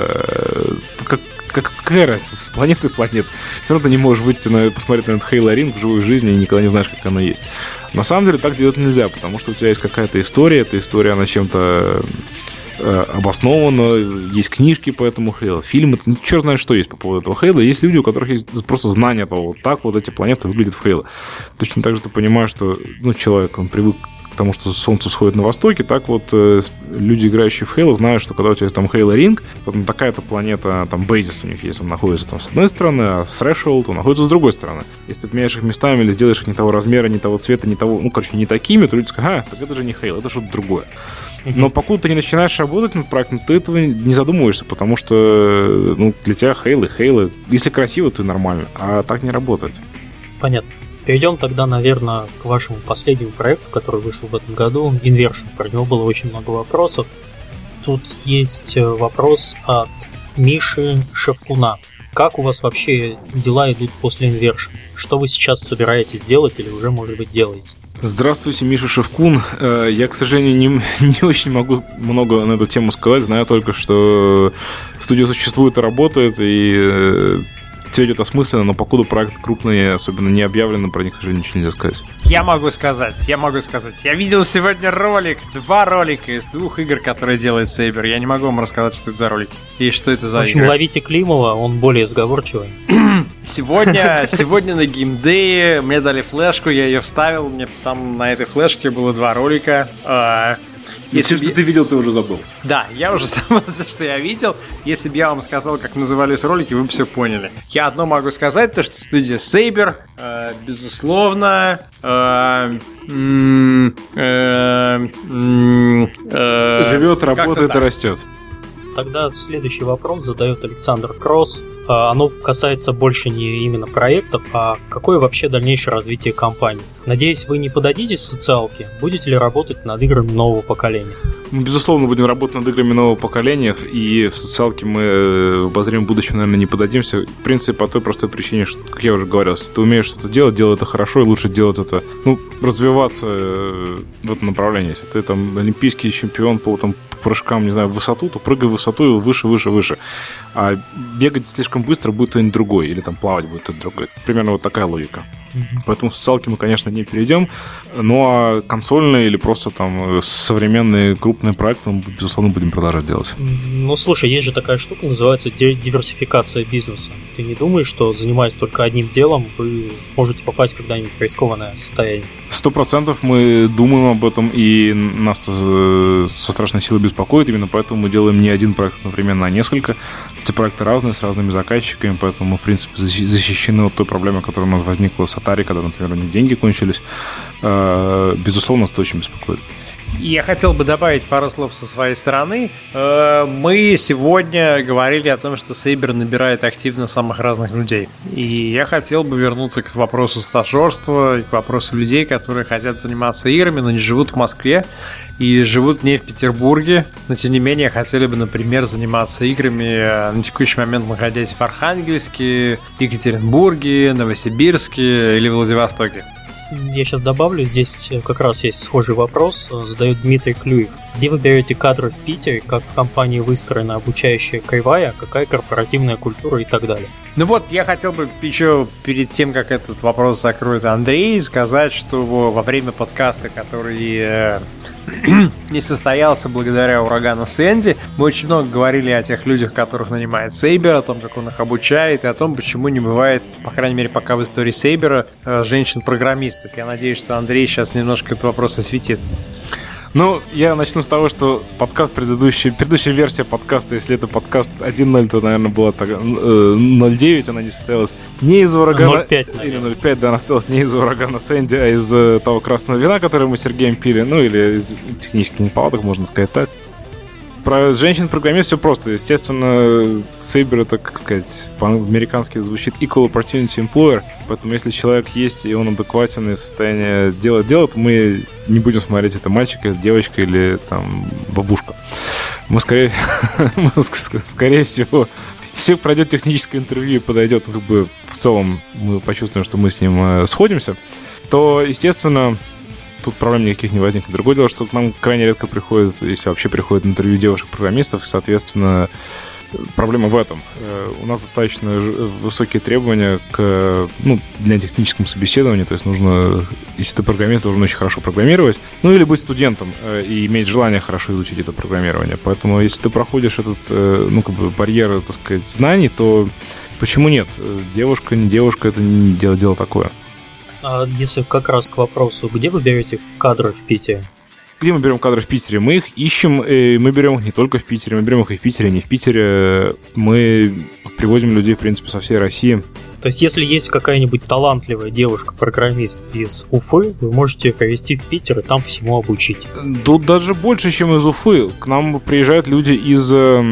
B: Э, как Как, какая разница? Планеты планет. Все равно ты не можешь выйти на, посмотреть на этот Halo Ring в живой жизни и никогда не знаешь, как оно есть. На самом деле так делать нельзя, потому что у тебя есть какая-то история, эта история, она чем-то э, обоснована, есть книжки по этому Halo, фильмы, ну, черт знает, что есть по поводу этого Halo. Есть люди, у которых есть просто знания того, вот так вот эти планеты выглядят в Halo. Точно так же ты понимаешь, что, ну, человек, он привык потому что солнце сходит на востоке, так вот э, люди, играющие в Halo, знают, что когда у тебя есть там Halo Ring, вот такая-то планета, там Бейзис у них есть, он находится там с одной стороны, а Threshold он находится с другой стороны. Если ты поменяешь их местами или сделаешь их не того размера, не того цвета, не того, ну, короче, не такими, то люди скажут, а, так это же не Halo, это что-то другое. Но покуда ты не начинаешь работать над проектом, ты этого не задумываешься, потому что, ну, для тебя Halo, Halo, если красиво, то нормально, а так не работает.
A: Понятно. Перейдем тогда, наверное, к вашему последнему проекту, который вышел в этом году, Inversion. Про него было очень много вопросов. Тут есть вопрос от Миши Шевкуна. Как у вас вообще дела идут после Inversion? Что вы сейчас собираетесь делать или уже, может быть, делаете?
B: Здравствуйте, Миша Шевкун. Я, к сожалению, не, не очень могу много на эту тему сказать. Знаю только, что студия существует и работает, и все идет осмысленно, но покуда проект крупный, особенно не объявлено, про них, к сожалению, ничего нельзя сказать.
C: Я могу сказать, я могу сказать. Я видел сегодня ролик, два ролика из двух игр, которые делает Saber. Я не могу вам рассказать, что это за ролики и что это за игры.
A: В общем, игры. Ловите Климова, он более сговорчивый.
C: Сегодня, сегодня на геймдее мне дали флешку, я ее вставил, мне там на этой флешке было два ролика.
B: Если все, что ты видел, ты уже забыл.
C: Да, я уже забыл, что я видел. Если бы я вам сказал, как назывались ролики, вы бы все поняли. Я одно могу сказать, то что студия Saber, э, безусловно, э, э, э,
B: живет, работает и растет.
A: Тогда следующий вопрос задает Александр Кросс. оно касается больше не именно проектов, а какое вообще дальнейшее развитие компании. Надеюсь, вы не подадитесь в социалки? Будете ли работать над играми нового поколения?
B: Мы, безусловно, будем работать над играми нового поколения, и в социалке мы в обозримом будущем, наверное, не подадимся. В принципе, по той простой причине, что, как я уже говорил, если ты умеешь что-то делать, делай это хорошо, и лучше делать это, ну, развиваться в этом направлении. Если ты там олимпийский чемпион по там, прыжкам, не знаю, в высоту, то прыгай в высоту и выше, выше, выше. А бегать слишком быстро будет кто-нибудь другой, или там плавать будет кто-то другой. Примерно вот такая логика. Mm-hmm. Поэтому в социалки мы, конечно, не перейдем. Ну, а консольные или просто там современные крупные проекты мы, безусловно, будем продолжать делать.
A: Ну, слушай, есть же такая штука, называется диверсификация бизнеса. Ты не думаешь, что, занимаясь только одним делом, вы можете попасть когда-нибудь в рискованное состояние?
B: Сто процентов мы думаем об этом, и нас со страшной силой беспокоит. Именно поэтому мы делаем не один проект одновременно, а несколько. Эти проекты разные, с разными заказчиками, поэтому мы, в принципе, защищены от той проблемы, которая у нас возникла с Atari, когда, например, у них деньги кончились. Безусловно, нас это очень беспокоит.
C: Я хотел бы добавить пару слов со своей стороны. Мы сегодня говорили о том, что Saber набирает активно самых разных людей. И я хотел бы вернуться к вопросу стажерства, к вопросу людей, которые хотят заниматься играми, но не живут в Москве и живут не в Петербурге, но тем не менее хотели бы, например, заниматься играми, на текущий момент находясь в Архангельске, Екатеринбурге, Новосибирске или Владивостоке.
A: Я сейчас добавлю, здесь как раз есть схожий вопрос, задает Дмитрий Клюев. Где вы берете кадры в Питере, как в компании выстроена обучающая кривая, какая корпоративная культура и так далее?
C: Ну вот, я хотел бы еще перед тем, как этот вопрос закроет Андрей, сказать, что во время подкаста, который э, не состоялся благодаря урагану Сэнди, мы очень много говорили о тех людях, которых нанимает Saber, о том, как он их обучает, и о том, почему не бывает, по крайней мере, пока в истории Saber, э, женщин-программистов. Я надеюсь, что Андрей сейчас немножко этот вопрос осветит.
B: Ну, я начну с того, что подкаст, предыдущий, предыдущая версия подкаста, если это подкаст один ноль, то, наверное, была так, ноль девять, она не состоялась не из урагана...
A: ноль пять,
B: или ноль пять, да, она состоялась не из урагана Сэнди, а из того красного вина, которое мы с Сергеем пили, ну, или из технических неполадок, можно сказать так. Про женщин-программистов все просто. Естественно, Saber, это, как сказать, по-американски звучит equal opportunity employer. Поэтому если человек есть, и он адекватен, и в состоянии делать дело, то мы не будем смотреть, это мальчик, это девочка или там бабушка. Мы скорее, мы, скорее всего, если пройдет техническое интервью и подойдет, как бы в целом мы почувствуем, что мы с ним сходимся, то, естественно, тут проблем никаких не возникнет. Другое дело, что к нам крайне редко приходит, если вообще приходит интервью девушек-программистов, и, соответственно, проблема в этом. У нас достаточно высокие требования к, ну, для технического собеседования, то есть нужно, если ты программист, должен очень хорошо программировать, ну или быть студентом и иметь желание хорошо изучить это программирование. Поэтому если ты проходишь этот, ну, как бы барьер, так сказать, знаний, то почему нет? Девушка, не девушка, это не дело, дело такое.
A: А если как раз к вопросу, где вы берете кадры в Питере?
B: Где мы берем кадры в Питере? Мы их ищем, и мы берем их не только в Питере, мы берем их и в Питере, и не в Питере. Мы привозим людей, в принципе, со всей России.
A: То есть, если есть какая-нибудь талантливая девушка-программист из Уфы, вы можете привезти в Питер и там всему обучить?
B: Тут даже больше, чем из Уфы. К нам приезжают люди из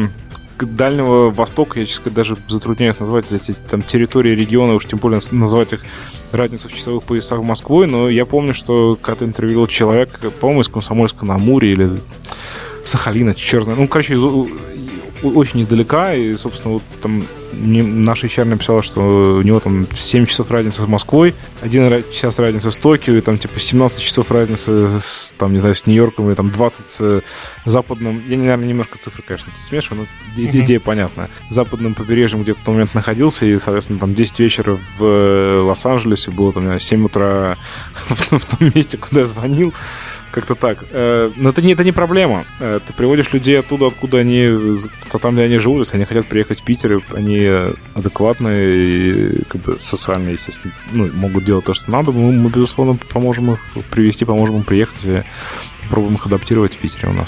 B: Дальнего Востока, я, честно сказать, даже затрудняюсь назвать эти там территории, регионы, уж тем более назвать их разницу в часовых поясах в Москве, но я помню, что когда-то интервьюировал человек, по-моему, из Комсомольска-на-Амуре или Сахалина, черт знает, ну, короче, из, очень издалека, и, собственно, вот там наша эйч ар написала, что у него там семь часов разницы с Москвой, один час разницы с Токио, и там типа семнадцать часов разницы с, там, не знаю, с Нью-Йорком, и там двадцать с западным, я, наверное, немножко цифры, конечно, тут смешиваю, но mm-hmm. идея понятна. Западным побережьем где-то в тот момент находился, и, соответственно, там десять вечера в Лос-Анджелесе, было там семь утра в, в том месте, куда я звонил. Как-то так. Но это не, это не проблема. Ты приводишь людей оттуда, откуда они, там, где они живут, если они хотят приехать в Питер, они адекватные и как бы социальные, естественно, ну, могут делать то, что надо. Мы, мы, безусловно, поможем их привезти, поможем им приехать и попробуем их адаптировать в Питере у нас.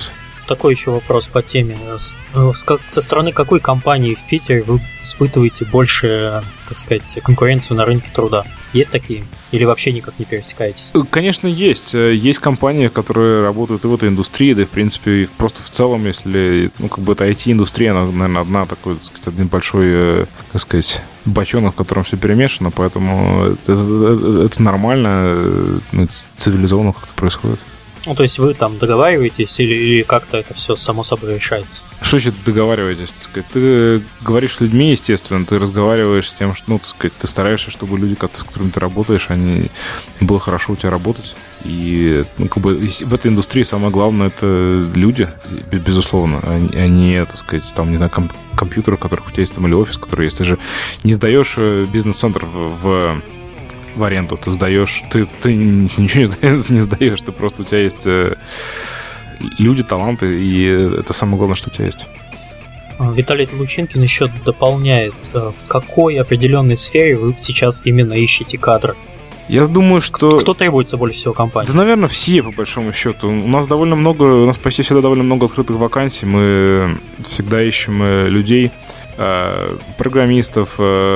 A: такой еще вопрос по теме. С, с, со стороны какой компании в Питере вы испытываете больше, так сказать, конкуренцию на рынке труда? Есть такие? Или вообще никак не пересекаетесь?
B: Конечно, есть. Есть компании, которые работают и в этой индустрии, да и, в принципе, и просто в целом, если, ну, как бы это ай ти-индустрия, она, наверное, одна такой, так сказать, один большой, так сказать, бочонок, в котором все перемешано, поэтому это, это, это нормально, ну, цивилизованно как-то происходит.
A: Ну, то есть вы там договариваетесь или, или как-то это все само собой решается?
B: Что значит договариваетесь, так сказать? Ты говоришь с людьми, естественно, ты разговариваешь с тем, что, ну, так сказать, ты стараешься, чтобы люди, с которыми ты работаешь, они было хорошо у тебя работать. И, ну, как бы в этой индустрии самое главное — это люди, безусловно, а не, так сказать, там, не знаю, комп- компьютеры, у которых у тебя есть там, или офис, который есть. Ты же не сдаешь бизнес-центр в... в аренду, ты сдаешь, ты, ты ничего не сдаешь, не сдаешь, ты просто, у тебя есть э, люди, таланты, и это самое главное, что у тебя есть.
A: Виталий Лучинкин еще дополняет, в какой определенной сфере вы сейчас именно ищете кадры?
B: Я думаю, что...
A: Кто требуется больше всего компании?
B: Да, наверное, все, по большому счету. У нас довольно много, у нас почти всегда довольно много открытых вакансий, мы всегда ищем людей, программистов,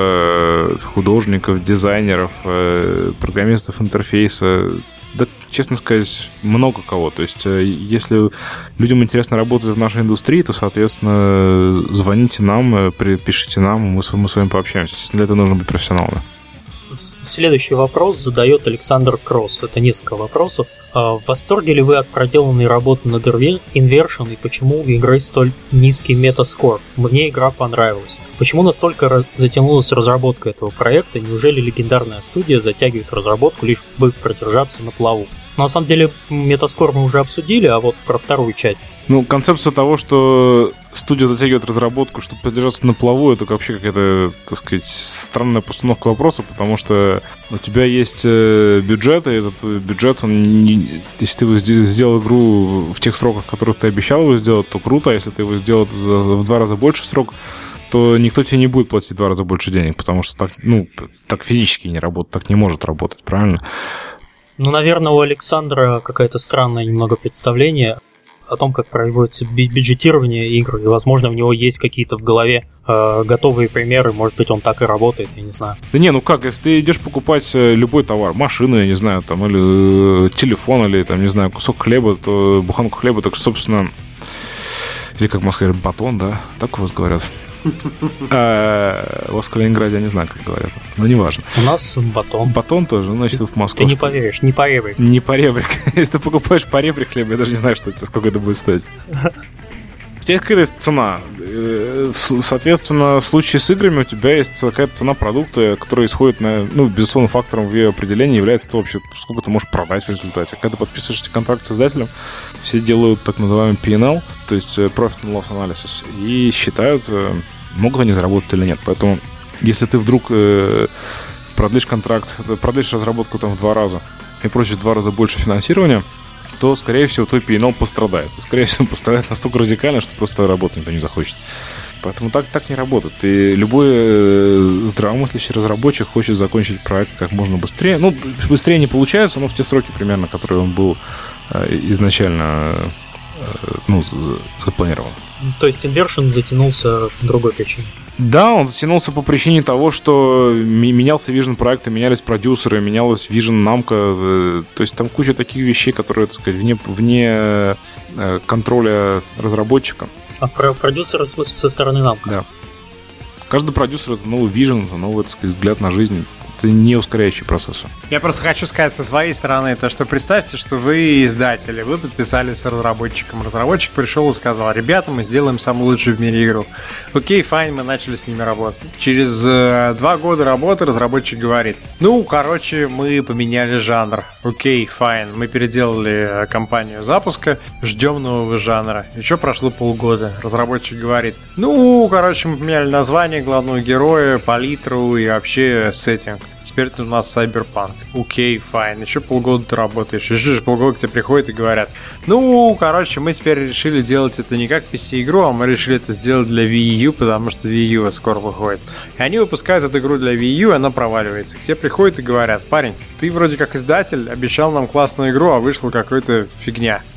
B: художников, дизайнеров, программистов интерфейса, да, честно сказать, много кого. То есть, если людям интересно работать в нашей индустрии, то, соответственно, звоните нам, пишите нам, мы с, мы с вами пообщаемся. Для этого нужно быть профессионалами.
A: Следующий вопрос задает Александр Кросс. Это несколько вопросов. В восторге ли вы от проделанной работы над Inversion и почему у игры столь низкий метаскор? Мне игра понравилась. Почему настолько затянулась разработка этого проекта? Неужели легендарная студия затягивает разработку, лишь бы продержаться на плаву? На самом деле, метаскор мы уже обсудили, а вот про вторую часть.
B: Ну, концепция того, что студия затягивает разработку, чтобы продержаться на плаву, это вообще какая-то, так сказать, странная постановка вопроса, потому что у тебя есть бюджет, и этот бюджет, он не, если ты сделал игру в тех сроках, в которых ты обещал его сделать, то круто, а если ты его сделал в два раза больше срок, то никто тебе не будет платить в два раза больше денег, потому что так, ну, так физически не работает, так не может работать, правильно?
A: Ну, наверное, у Александра какое-то странное немного представление о том, как производится бюджетирование игр, и, возможно, у него есть какие-то в голове э, готовые примеры, может быть, он так и работает, я не знаю. Да
B: не, ну как, если ты идешь покупать любой товар, машину, я не знаю, там, или э, телефон, или, там, не знаю, кусок хлеба, то буханку хлеба, так, собственно, или, как в Москве говорят, батон, да, так у вас говорят. А у вас в Калининграде, я не знаю, как говорят, но неважно.
A: У нас батон.
B: Батон тоже, значит, в Москве.
A: Ты не поверишь, не поребрик.
B: Не поребрик. Если ты покупаешь поребрик хлеба, я даже не знаю, что это, сколько это будет стоить. У тебя какая-то цена. Соответственно, в случае с играми у тебя есть какая-то цена продукта, которая исходит на, ну, безусловно, фактором в ее определении является то вообще, сколько ты можешь продать в результате. Когда ты подписываешь контракт с издателем, все делают так называемый пи эн эл, то есть Profit and Loss Analysis, и считают, могут они заработать или нет. Поэтому, если ты вдруг продлишь контракт, продлишь разработку там в два раза и просишь в два раза больше финансирования, то, скорее всего, твой пи эн эл пострадает. И, скорее всего, пострадает настолько радикально, что просто работать никто не захочет. Поэтому так, так не работает. И любой э, здравомыслящий разработчик хочет закончить проект как можно быстрее. Ну, быстрее не получается, но в те сроки примерно, которые он был э, изначально э, ну, запланирован.
A: То есть Inversion затянулся по другой причине?
B: Да, он затянулся по причине того, что менялся вижен проекта, менялись продюсеры, менялась вижен Namco. То есть там куча таких вещей, которые, так сказать, вне, вне контроля разработчика.
A: А про продюсера, в смысле, со стороны Namco?
B: Да. Каждый продюсер — это новый вижен, это новый, так сказать, взгляд на жизнь. Это не ускоряющий процесс.
C: Я просто хочу сказать со своей стороны, то что представьте, что вы издатели, вы подписались с разработчиком. Разработчик пришел и сказал: ребята, мы сделаем самую лучшую в мире игру. Окей, файн, мы начали с ними работать. Через э, два года работы разработчик говорит: ну, короче, мы поменяли жанр. Окей, файн, мы переделали кампанию запуска, ждем нового жанра. Еще прошло полгода. Разработчик говорит: ну, короче, мы поменяли название главного героя, палитру и вообще сеттинг. Теперь у нас Cyberpunk. Окей, файн. Еще полгода ты работаешь. Еще полгода к тебе приходят и говорят: ну, короче, мы теперь решили делать это не как пи си-игру, а мы решили это сделать для Wii U, потому что Wii U скоро выходит. И они выпускают эту игру для Wii U, и она проваливается. К тебе приходят и говорят: парень, ты вроде как издатель, обещал нам классную игру, а вышла какая-то фигня.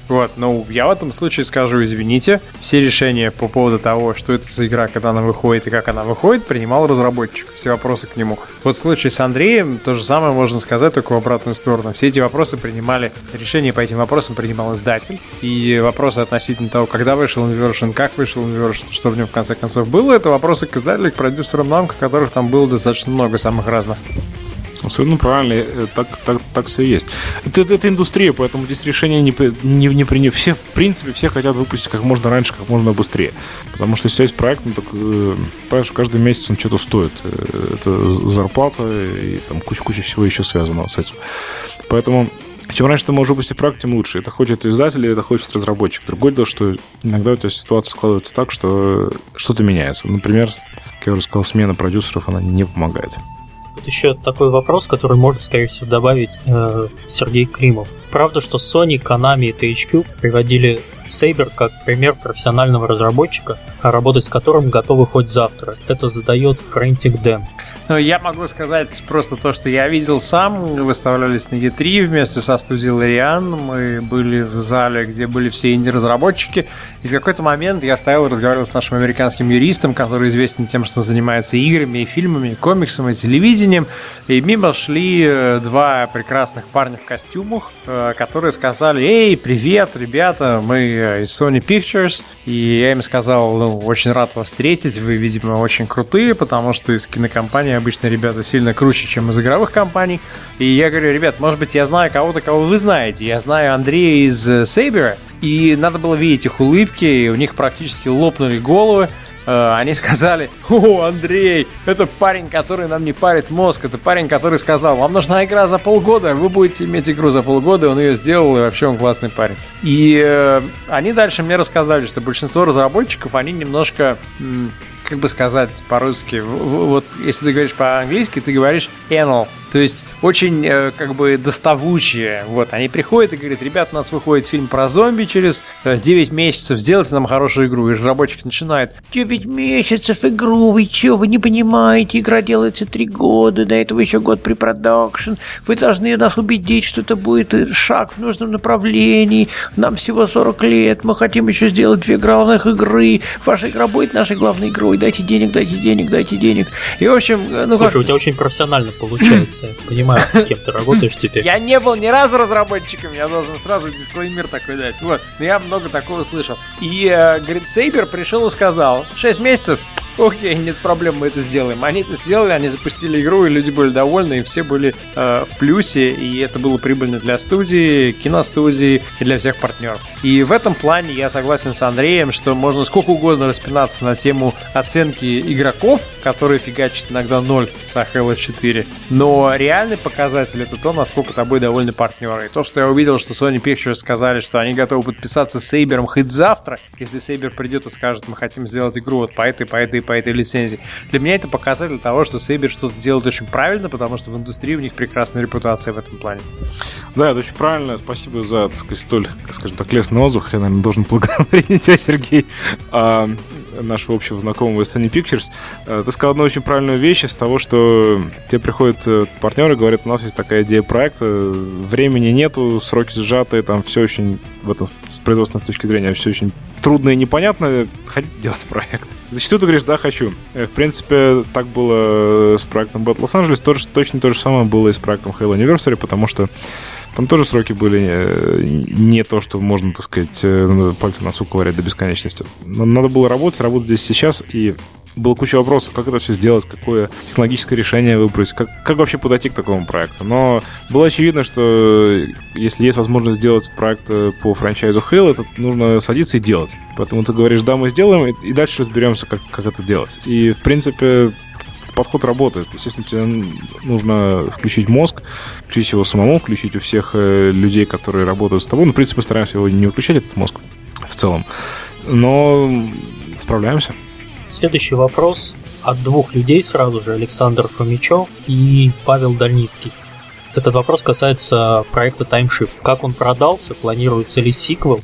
C: Вот, ну, я в этом случае скажу, извините, все решения по поводу того, что это за игра, когда она выходит и как она выходит, принимал разработчик, все вопросы к нему. Вот в случае с Андреем то же самое можно сказать, только в обратную сторону. Все эти вопросы принимали, решения по этим вопросам принимал издатель, и вопросы относительно того, когда вышел Inversion, как вышел Inversion, что в нем в конце концов было, это вопросы к издателю, к продюсерам нам, которых там было достаточно много, самых разных.
B: Абсолютно правильно, так, так, так все и есть. Это, это, это индустрия, поэтому здесь решение не, не, не принято. Все, в принципе, все хотят выпустить как можно раньше, как можно быстрее. Потому что если есть проект, ну, так, понимаешь, каждый месяц он что-то стоит. Это зарплата и там куча-куча всего еще связанного с этим. Поэтому чем раньше ты можешь выпустить проект, тем лучше. Это хочет издатель, это хочет разработчик. Другое дело, что иногда у тебя ситуация складывается так, что что-то меняется. Например, как я уже сказал, смена продюсеров, она не помогает.
A: Тут еще такой вопрос, который может, скорее всего, добавить э, Сергей Климов. Правда, что Sony, Konami и ти эйч кью приводили Saber как пример профессионального разработчика, работать с которым готовы хоть завтра. Это задает Frantic Dan.
C: Ну, я могу сказать просто то, что я видел сам. Мы выставлялись на и три вместе со студией Larian. Мы были в зале, где были все инди-разработчики. И в какой-то момент я стоял и разговаривал с нашим американским юристом, который известен тем, что занимается играми, и фильмами, и комиксом, и телевидением. И мимо шли два прекрасных парня в костюмах, которые сказали: «Эй, привет, ребята, мы из Sony Pictures». И я им сказал: ну, очень рад вас встретить, вы, видимо, очень крутые, потому что из кинокомпании обычно ребята сильно круче, чем из игровых компаний. И я говорю: ребят, может быть, я знаю кого-то, кого вы знаете. Я знаю Андрея из Saber. И надо было видеть их улыбки, и у них практически лопнули головы. Они сказали: «О, Андрей, это парень, который нам не парит мозг, это парень, который сказал: вам нужна игра за полгода, вы будете иметь игру за полгода», он ее сделал, и вообще он классный парень. И э, они дальше мне рассказали, что большинство разработчиков, они немножко, м- как бы сказать по-русски, вот если ты говоришь по-английски, ты говоришь anal, то есть очень э, как бы доставучие. Вот, они приходят и говорят: ребят, у нас выходит фильм про зомби через э, девять месяцев, сделайте нам хорошую игру. И разработчик начинает: девять месяцев игру, вы что, вы не понимаете, игра делается три года, до этого еще год препродакшн, вы должны нас убедить, что это будет шаг в нужном направлении, нам всего сорок лет, мы хотим еще сделать две главных игры, ваша игра будет нашей главной игрой, дайте денег, дайте денег, дайте денег. И в общем, ну
A: слушай,
C: как...
A: у тебя очень профессионально получается. Понимаю, кем ты работаешь теперь.
C: Я не был ни разу разработчиком, я должен сразу дисклеймер такой дать. Вот, но я много такого слышал. И, э, говорит, Saber пришел и сказал: шесть месяцев, окей, нет проблем, мы это сделаем. Они это сделали, они запустили игру, и люди были довольны, и все были э, в плюсе, и это было прибыльно для студии, киностудии и для всех партнеров. И в этом плане я согласен с Андреем, что можно сколько угодно распинаться на тему оценки игроков, которые фигачат иногда ноль с Halo четыре, но реальный показатель — это то, насколько тобой довольны партнеры. И то, что я увидел, что Sony Pictures сказали, что они готовы подписаться с Saber хоть завтра, если Saber придет и скажет: мы хотим сделать игру вот по этой, по этой, по этой лицензии. Для меня это показатель того, что Saber что-то делает очень правильно, потому что в индустрии у них прекрасная репутация в этом плане.
B: Да, это очень правильно. Спасибо за, так сказать, столь, скажем так, лестный отзыв. Я, наверное, должен благодарить тебя, Сергей, а, нашего общего знакомого из Sony Pictures. Ты сказал одну очень правильную вещь из того, что тебе приходят партнеры, говорят: у нас есть такая идея проекта, времени нету, сроки сжатые, там все очень, в этом, с производственной точки зрения, все очень трудно и непонятно, хотите делать проект? Зачастую ты говоришь: да, хочу. В принципе, так было с проектом Battle Los Angeles, тоже, точно то же самое было и с проектом Halo Anniversary, потому что там тоже сроки были не то, что можно, так сказать, пальцем на носу ковырять до бесконечности. Но надо было работать, работать здесь сейчас, и было куча вопросов, как это все сделать, какое технологическое решение выбрать, как, как вообще подойти к такому проекту. Но было очевидно, что если есть возможность сделать проект по франчайзу Halo, это нужно садиться и делать. Поэтому ты говоришь: да, мы сделаем, и дальше разберемся, как, как это делать. И, в принципе, подход работает. Естественно, тебе нужно включить мозг, включить его самому, включить у всех людей, которые работают с тобой. Ну, в принципе, стараемся его не выключать, этот мозг в целом. Но справляемся.
A: Следующий вопрос от двух людей сразу же: Александр Фомичев и Павел Дальницкий. Этот вопрос касается проекта Time Shift. Как он продался, планируется ли сиквел?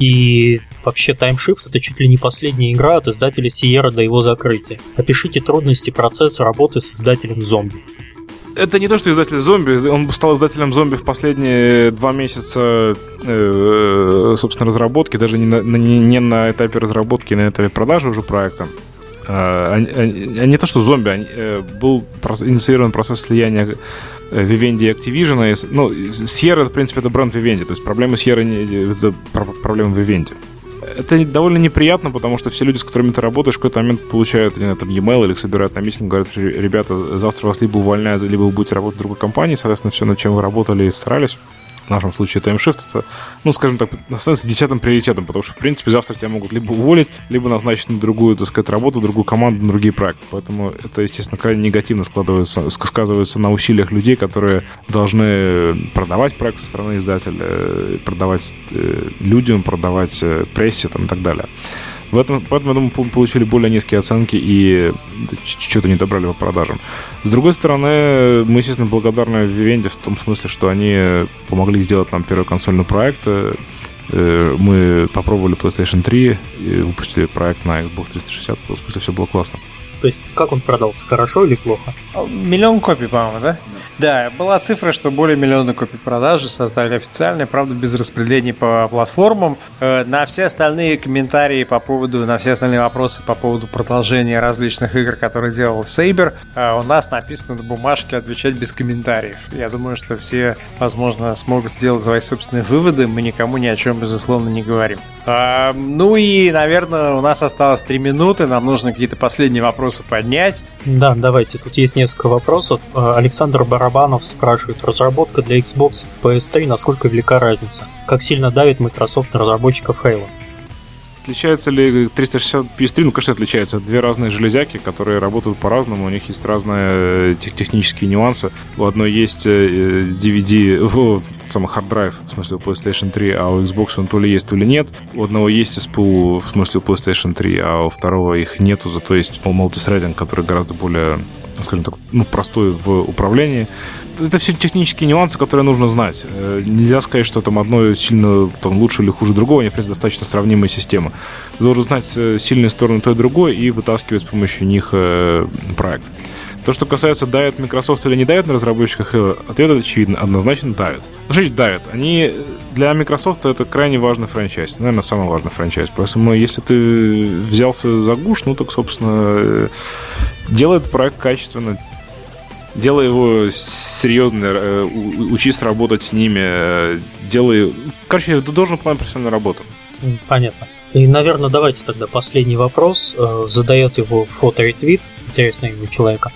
A: И вообще Time Shift — это чуть ли не последняя игра от издателя Sierra до его закрытия. Опишите трудности процесса работы с издателем зомби.
B: Это не то, что издатель зомби. Он стал издателем зомби в последние два месяца, э, собственно, разработки, даже не на, не, не на этапе разработки, а на этапе продажи уже проекта. А, а, а не то, что зомби, а, был инициирован процесс слияния Vivendi и Activision. Ну, Sierra, в принципе, это бренд Vivendi, то есть проблемы Sierra — это проблемы Vivendi. Это довольно неприятно, потому что все люди, с которыми ты работаешь, в какой-то момент получают, не знаю, там, e-mail или их собирают на митинг, говорят: ребята, завтра вас либо увольняют, либо вы будете работать в другой компании, соответственно, все, над чем вы работали и старались. В нашем случае таймшифт — это, ну, скажем так, становится десятым приоритетом, потому что, в принципе, завтра тебя могут либо уволить, либо назначить на другую, так сказать, работу, другую команду, на другие проекты. Поэтому это, естественно, крайне негативно складывается, сказывается на усилиях людей, которые должны продавать проект со стороны издателя, продавать людям, продавать прессе там, и так далее. В этом, поэтому, я думаю, получили более низкие оценки и что-то не добрали по продажам. С другой стороны, мы, естественно, благодарны Vivendi в том смысле, что они помогли сделать нам первый консольный проект. Мы попробовали PlayStation три и выпустили проект на Xbox триста шестьдесят. В смысле, все было классно.
A: То есть, как он продался, хорошо или плохо?
C: Миллион копий, по-моему, да? Да, была цифра, что более миллиона копий продажи создали официальные, правда, без распределений по платформам. На все остальные комментарии по поводу, на все остальные вопросы по поводу продолжения различных игр, которые делал Saber, у нас написано на бумажке отвечать без комментариев. Я думаю, что все, возможно, смогут сделать свои собственные выводы. Мы никому ни о чем, безусловно, не говорим. Ну и, наверное, у нас осталось три минуты. Нам нужно какие-то последние вопросы поднять.
A: Да, давайте. Тут есть несколько вопросов. Александр Барабанов спрашивает: разработка для Xbox пи эс три, насколько велика разница? Как сильно давит Microsoft на разработчиков Halo?
B: Отличается ли триста шестьдесят пи эс три? Ну, конечно, отличаются. Две разные железяки, которые работают по-разному. У них есть разные технические нюансы. У одной есть ди ви ди, в, самый hard-drive, в смысле у PlayStation три, а у Xbox он то ли есть, то ли нет. У одного есть эс пи ю, в смысле у PlayStation три, а у второго их нету, зато есть multithreading, который гораздо более, скажем так, ну, простой в управлении. Это все технические нюансы, которые нужно знать. Нельзя сказать, что там одно сильно там, лучше или хуже другого. Они, в принципе, достаточно сравнимые системы. Ты должен знать сильные стороны той и другой и вытаскивать с помощью них э, проект. То, что касается, давит Microsoft или не давит на разработчиках, ответ очевидно, однозначно давит. Ну, что значит давит? Они, для Microsoft это крайне важный франчайз, наверное, самый важный франчайз. Поэтому, если ты взялся за гуш, ну, так, собственно, делай этот проект качественно, делай его серьезно, учись работать с ними, делай... Короче, ты должен выполнять профессиональную работу.
A: Понятно. И, наверное, давайте тогда последний вопрос. Задает его фото-ретвит. Интересное имя человека.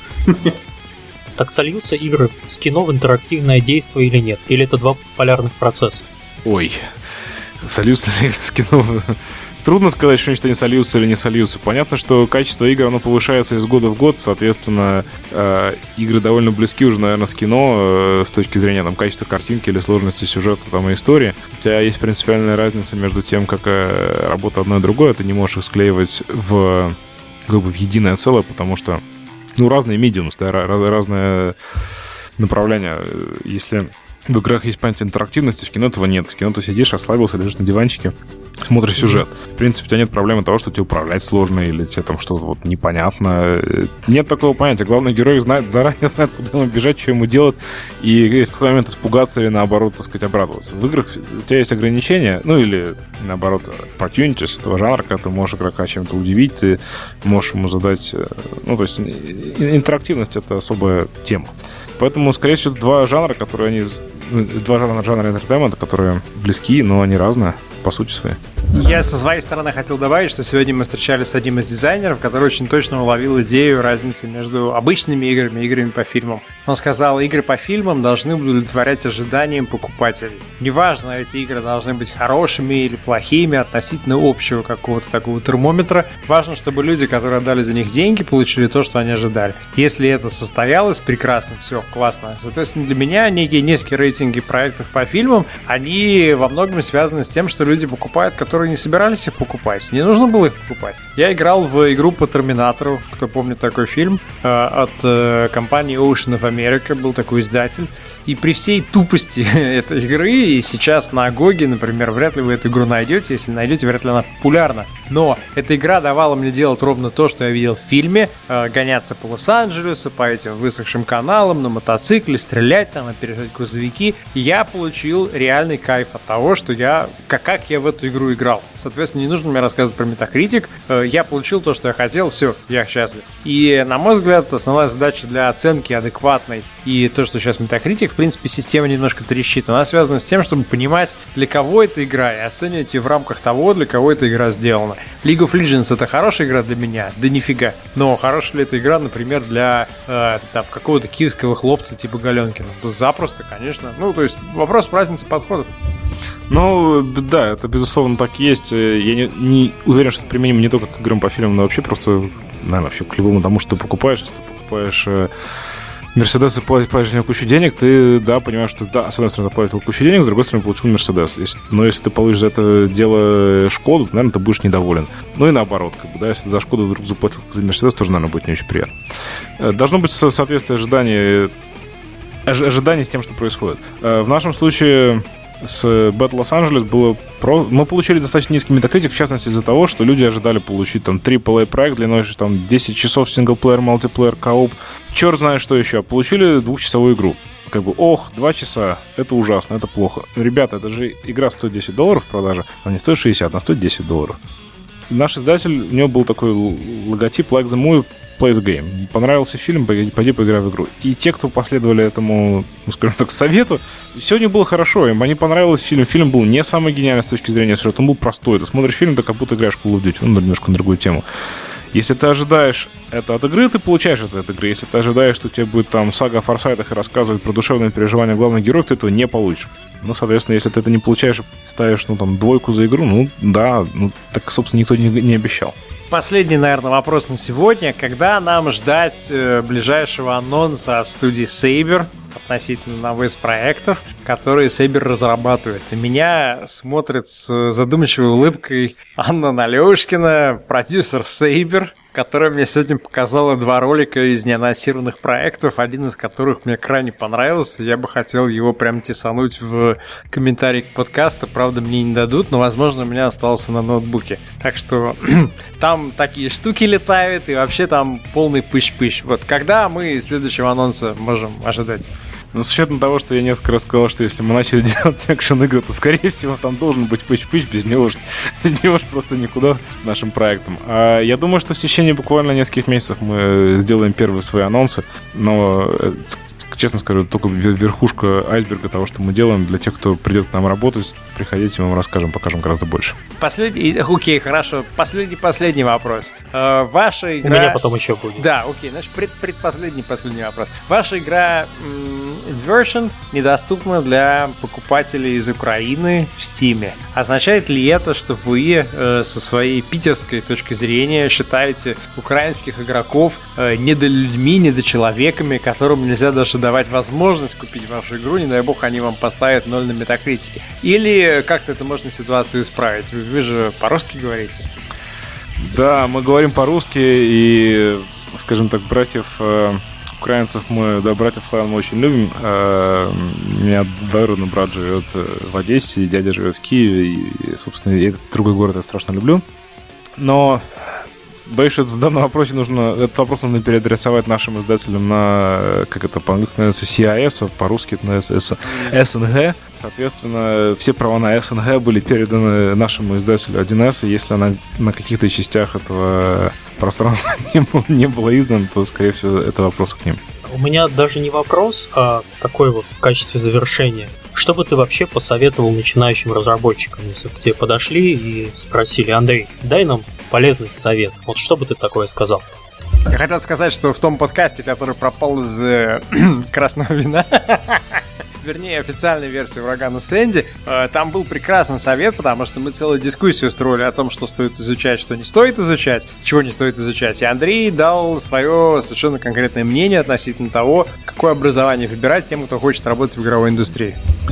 A: Так сольются игры с кино в интерактивное действие или нет? Или это два полярных процесса?
B: Ой, сольются ли игры с кино? Трудно сказать, что они сольются или не сольются. Понятно, что качество игр, оно повышается из года в год. Соответственно, э, игры довольно близки уже, наверное, с кино э, с точки зрения там, качества картинки или сложности сюжета там, и истории. У тебя есть принципиальная разница между тем, как э, работа одно и другое. Ты не можешь их склеивать в, как бы, в единое целое, потому что ну, разные медиумы, да, разное направление. Если в играх есть понятие интерактивности, в кино этого нет. В кино ты сидишь, расслабился, лежишь на диванчике, смотришь сюжет. В принципе, у тебя нет проблемы того, что тебе управлять сложно или тебе там что-то вот непонятно. Нет такого понятия. Главный герой знает, заранее знает, куда ему бежать, что ему делать, и в какой момент испугаться или, наоборот, так сказать, обрадоваться. В играх у тебя есть ограничения, ну или, наоборот, opportunities этого жанра, когда ты можешь игрока чем-то удивить, ты можешь ему задать... Ну, то есть интерактивность — это особая тема. Поэтому, скорее всего, два жанра, которые они... Два жанра, жанра энтертеймента, которые близки, но они разные по сути своей.
C: Я со своей стороны хотел добавить, что сегодня мы встречались с одним из дизайнеров, который очень точно уловил идею разницы между обычными играми и играми по фильмам. Он сказал, игры по фильмам должны удовлетворять ожиданиям покупателей. Неважно, эти игры должны быть хорошими или плохими относительно общего какого-то такого термометра. Важно, чтобы люди, которые отдали за них деньги, получили то, что они ожидали. Если это состоялось, прекрасно, все, классно. Соответственно, для меня некие низкие рейтинги проектов по фильмам, они во многом связаны с тем, что люди покупают, которые которые не собирались их покупать. Не нужно было их покупать. Я играл в игру по Терминатору, кто помнит такой фильм, от компании Ocean of America, был такой издатель. И при всей тупости этой игры, и сейчас на Гоге, например, вряд ли вы эту игру найдете. Если найдете, вряд ли она популярна. Но эта игра давала мне делать ровно то, что я видел в фильме. Гоняться по Лос-Анджелесу, по этим высохшим каналам, на мотоцикле, стрелять там, опережать грузовики. И я получил реальный кайф от того, что я, как, как я в эту игру играл. Соответственно, не нужно мне рассказывать про Metacritic. Я получил то, что я хотел, все, я счастлив. И, на мой взгляд, основная задача для оценки адекватной и то, что сейчас Metacritic, в принципе, система немножко трещит. Она связана с тем, чтобы понимать, для кого эта игра, и оценивать ее в рамках того, для кого эта игра сделана. League of Legends — это хорошая игра для меня? Да нифига. Но хорошая ли эта игра, например, для э, там, какого-то киевского хлопца типа Галенкина? Тут запросто, конечно. Ну, то есть вопрос разницы подходов.
B: Ну, да, это безусловно так и есть. Я не, не уверен, что это применимо не только к играм по фильмам, но вообще просто, наверное, вообще к любому тому, что ты покупаешь. Если ты покупаешь Мерседес и платишь за него кучу денег, ты, да, понимаешь, что, да, с одной стороны, заплатил кучу денег, с другой стороны, получил Мерседес. Если, но если ты получишь за это дело Шкоду, то, наверное, ты будешь недоволен. Ну и наоборот, как бы, да, если ты за Шкоду вдруг заплатил за Мерседес, тоже, наверное, будет не очень приятно. Должно быть соответствие ожиданий, ожиданий с тем, что происходит. В нашем случае с Battle Los-Angeles было про... мы получили достаточно низкий Metacritic, в частности из-за того, что люди ожидали получить там трипл эй проект длиной там десять часов, синглплеер, мультиплеер, кооп, черт знает что еще. Получили двухчасовую игру. Как бы, ох, два часа, это ужасно, это плохо. Ребята, это же игра стоит десять долларов в продаже, она не стоит шестьдесят, она стоит десять долларов. Наш издатель, у него был такой логотип Like the Movie, Play the Game. Понравился фильм, пойди поиграй в игру. И те, кто последовали этому, ну, скажем так, совету, все у них было хорошо. Им они понравилось фильм. Фильм был не самый гениальный с точки зрения сюжета, он был простой. Ты смотришь фильм, так как будто играешь в Call of Duty. Ну, немножко на другую тему. Если ты ожидаешь это от игры, ты получаешь это от игры. Если ты ожидаешь, что тебе будет там сага о форсайтах и рассказывать про душевные переживания главных героев, ты этого не получишь. Ну, соответственно, если ты это не получаешь, ставишь, ну, там, двойку за игру, ну, да, ну, так, собственно, никто не, не обещал.
C: Последний, наверное, вопрос на сегодня. Когда нам ждать э, ближайшего анонса от студии Saber относительно новых проектов, которые Saber разрабатывает? На меня смотрит с задумчивой улыбкой Анна Налёшкина, продюсер Saber, которая мне сегодня показала два ролика из неанонсированных проектов, один из которых мне крайне понравился. Я бы хотел его прям тесануть в комментарии к подкасту. Правда, мне не дадут, но, возможно, у меня остался на ноутбуке. Так что там такие штуки летают, и вообще там полный пыщ-пыщ. Вот когда мы следующего анонса можем ожидать?
B: Ну, с учетом того, что я несколько раз сказал, что если мы начали делать экшен-игры, то, скорее всего, там должен быть пыщ-пыщ, без него ж, без него ж просто никуда нашим проектом. А я думаю, что в течение буквально нескольких месяцев мы сделаем первые свои анонсы, но, честно скажу, только верхушка айсберга того, что мы делаем. Для тех, кто придет к нам работать, приходите, мы вам расскажем, покажем гораздо больше.
C: Последний, окей, хорошо. Последний, последний вопрос. Э, ваша игра...
A: У меня потом еще будет.
C: Да, окей, значит, пред, предпоследний, последний вопрос. Ваша игра м- Inversion недоступна для покупателей из Украины в Steam. Означает ли это, что вы э, со своей питерской точки зрения считаете украинских игроков э, недолюдьми, недочеловеками, которым нельзя даже давать возможность купить вашу игру, не дай бог они вам поставят ноль на Metacritic? Или как-то это можно ситуацию исправить? Вы, вы же по-русски говорите.
B: Да, мы говорим по-русски, и, скажем так, братьев э, украинцев мы, да, братьев славян мы очень любим. Э, у меня двоюродный брат живет в Одессе, дядя живет в Киеве, и, собственно, этот другой город я страшно люблю. Но боюсь, что в данном вопросе нужно, этот вопрос нужно переадресовать нашим издателям на, как это по-английски называется, си ай эс, по-русски это называется эс эн джи. Соответственно, все права на эс эн джи были переданы нашему издателю один эс, и если она на каких-то частях этого пространства не было, не было издано, то, скорее всего, это вопрос к ним.
A: У меня даже не вопрос, а такой вот в качестве завершения. Что бы ты вообще посоветовал начинающим разработчикам, если бы к тебе подошли и спросили: Андрей, дай нам полезный совет. Вот что бы ты такое сказал?
C: Я хотел сказать, что в том подкасте, который пропал из э, красного вина, вернее, официальной версии «Урагана Сэнди», э, там был прекрасный совет, потому что мы целую дискуссию строили о том, что стоит изучать, что не стоит изучать, чего не стоит изучать. И Андрей дал свое совершенно конкретное мнение относительно того, какое образование выбирать тем, кто хочет работать в игровой индустрии.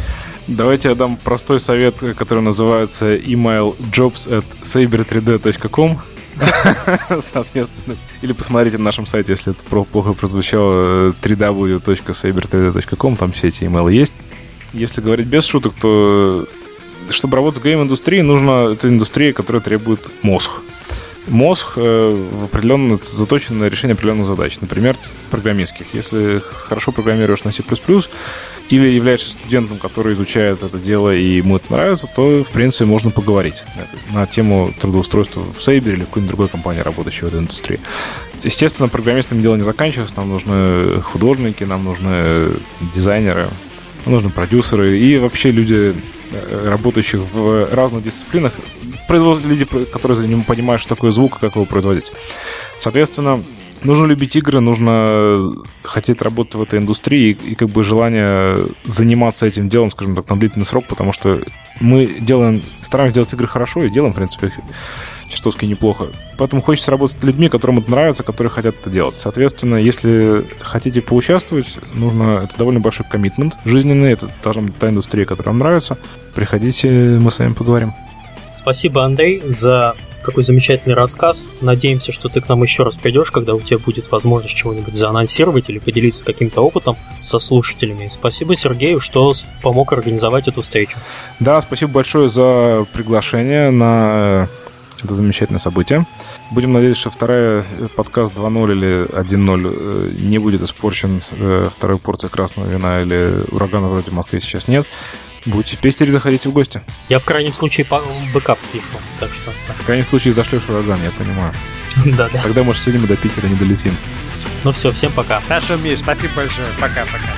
B: Давайте я дам простой совет, который называется email jobs at saber три ди точка com. Соответственно. Или посмотрите на нашем сайте, если это плохо прозвучало, дабл ю дабл ю дабл ю точка сейбер три ди точка ком, там все эти имейлы есть. Если говорить без шуток, то чтобы работать в гейм-индустрии, нужна эта индустрия, которая требует мозг. Мозг э, в определенно заточен на решение определенных задач, например, программистских. Если хорошо программируешь на C++ или являешься студентом, который изучает это дело и ему это нравится, то, в принципе, можно поговорить на тему трудоустройства в Saber или в какой-нибудь другой компании, работающей в этой индустрии. Естественно, программистами дело не заканчивается, нам нужны художники, нам нужны дизайнеры, нам нужны продюсеры и вообще люди, работающих в разных дисциплинах, люди, которые не понимают, что такое звук и как его производить. Соответственно, нужно любить игры, нужно хотеть работать в этой индустрии и, и как бы желание заниматься этим делом, скажем так, на длительный срок, потому что мы делаем, стараемся делать игры хорошо и делаем, в принципе, чертовски неплохо. Поэтому хочется работать с людьми, которым это нравится, которые хотят это делать. Соответственно, если хотите поучаствовать, нужно, это довольно большой коммитмент жизненный, это должна быть та индустрия, которая вам нравится. Приходите, мы с вами поговорим.
A: Спасибо, Андрей, за такой замечательный рассказ. Надеемся, что ты к нам еще раз придешь, когда у тебя будет возможность чего-нибудь заанонсировать или поделиться каким-то опытом со слушателями. Спасибо Сергею, что помог организовать эту встречу.
B: Да, спасибо большое за приглашение на это замечательное событие. Будем надеяться, что вторая подкаст два ноль или один ноль не будет испорчен второй порцией красного вина или урагана вроде в Москве сейчас нет. Будете петь или заходите в гости.
A: Я в крайнем случае бэкап пишу, так что...
B: В крайнем случае зашлешь ураган, я понимаю.
A: Да-да.
B: Тогда, может, сегодня мы до Питера не долетим.
A: Ну все, всем пока.
C: Хорошо, Миш, спасибо большое. Пока-пока.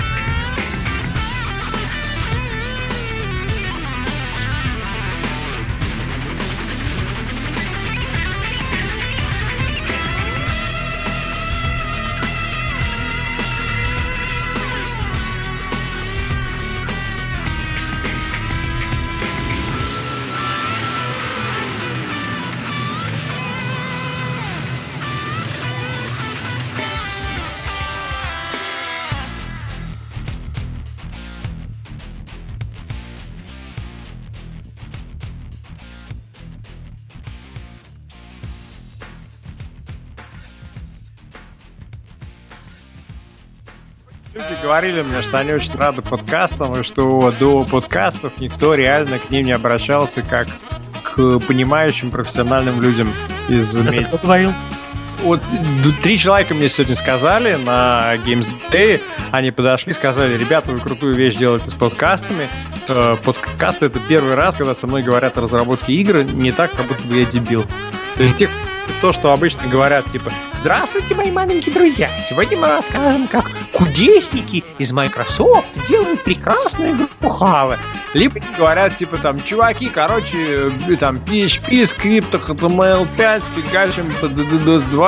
C: Люди говорили мне, что они очень рады подкастам, и что до подкастов никто реально к ним не обращался как к понимающим профессиональным людям из медиа.
A: Это кто говорил?
C: Вот три человека мне сегодня сказали на Games Day, они подошли и сказали: ребята, вы крутую вещь делаете с подкастами. Подкасты — это первый раз, когда со мной говорят о разработке игр не так, как будто бы я дебил. То есть тех то, что обычно говорят, типа: здравствуйте, мои маленькие друзья, сегодня мы расскажем, как кудесники из Microsoft делают прекрасную игру Halo. Либо говорят, типа, там, чуваки, короче, там, пи эйч пи, скрипт, эйч ти эм эл пять, фигачим, дос два.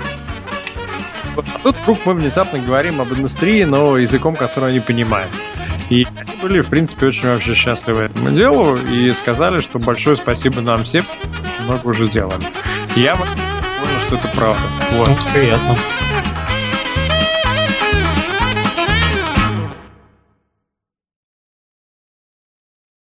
C: А тут вдруг мы внезапно говорим об индустрии, но языком, который они понимают. И они были, в принципе, очень вообще счастливы этому делу и сказали, что большое спасибо нам всем, что много уже делаем. Я понял, что это правда. Вот.
A: Ну, приятно.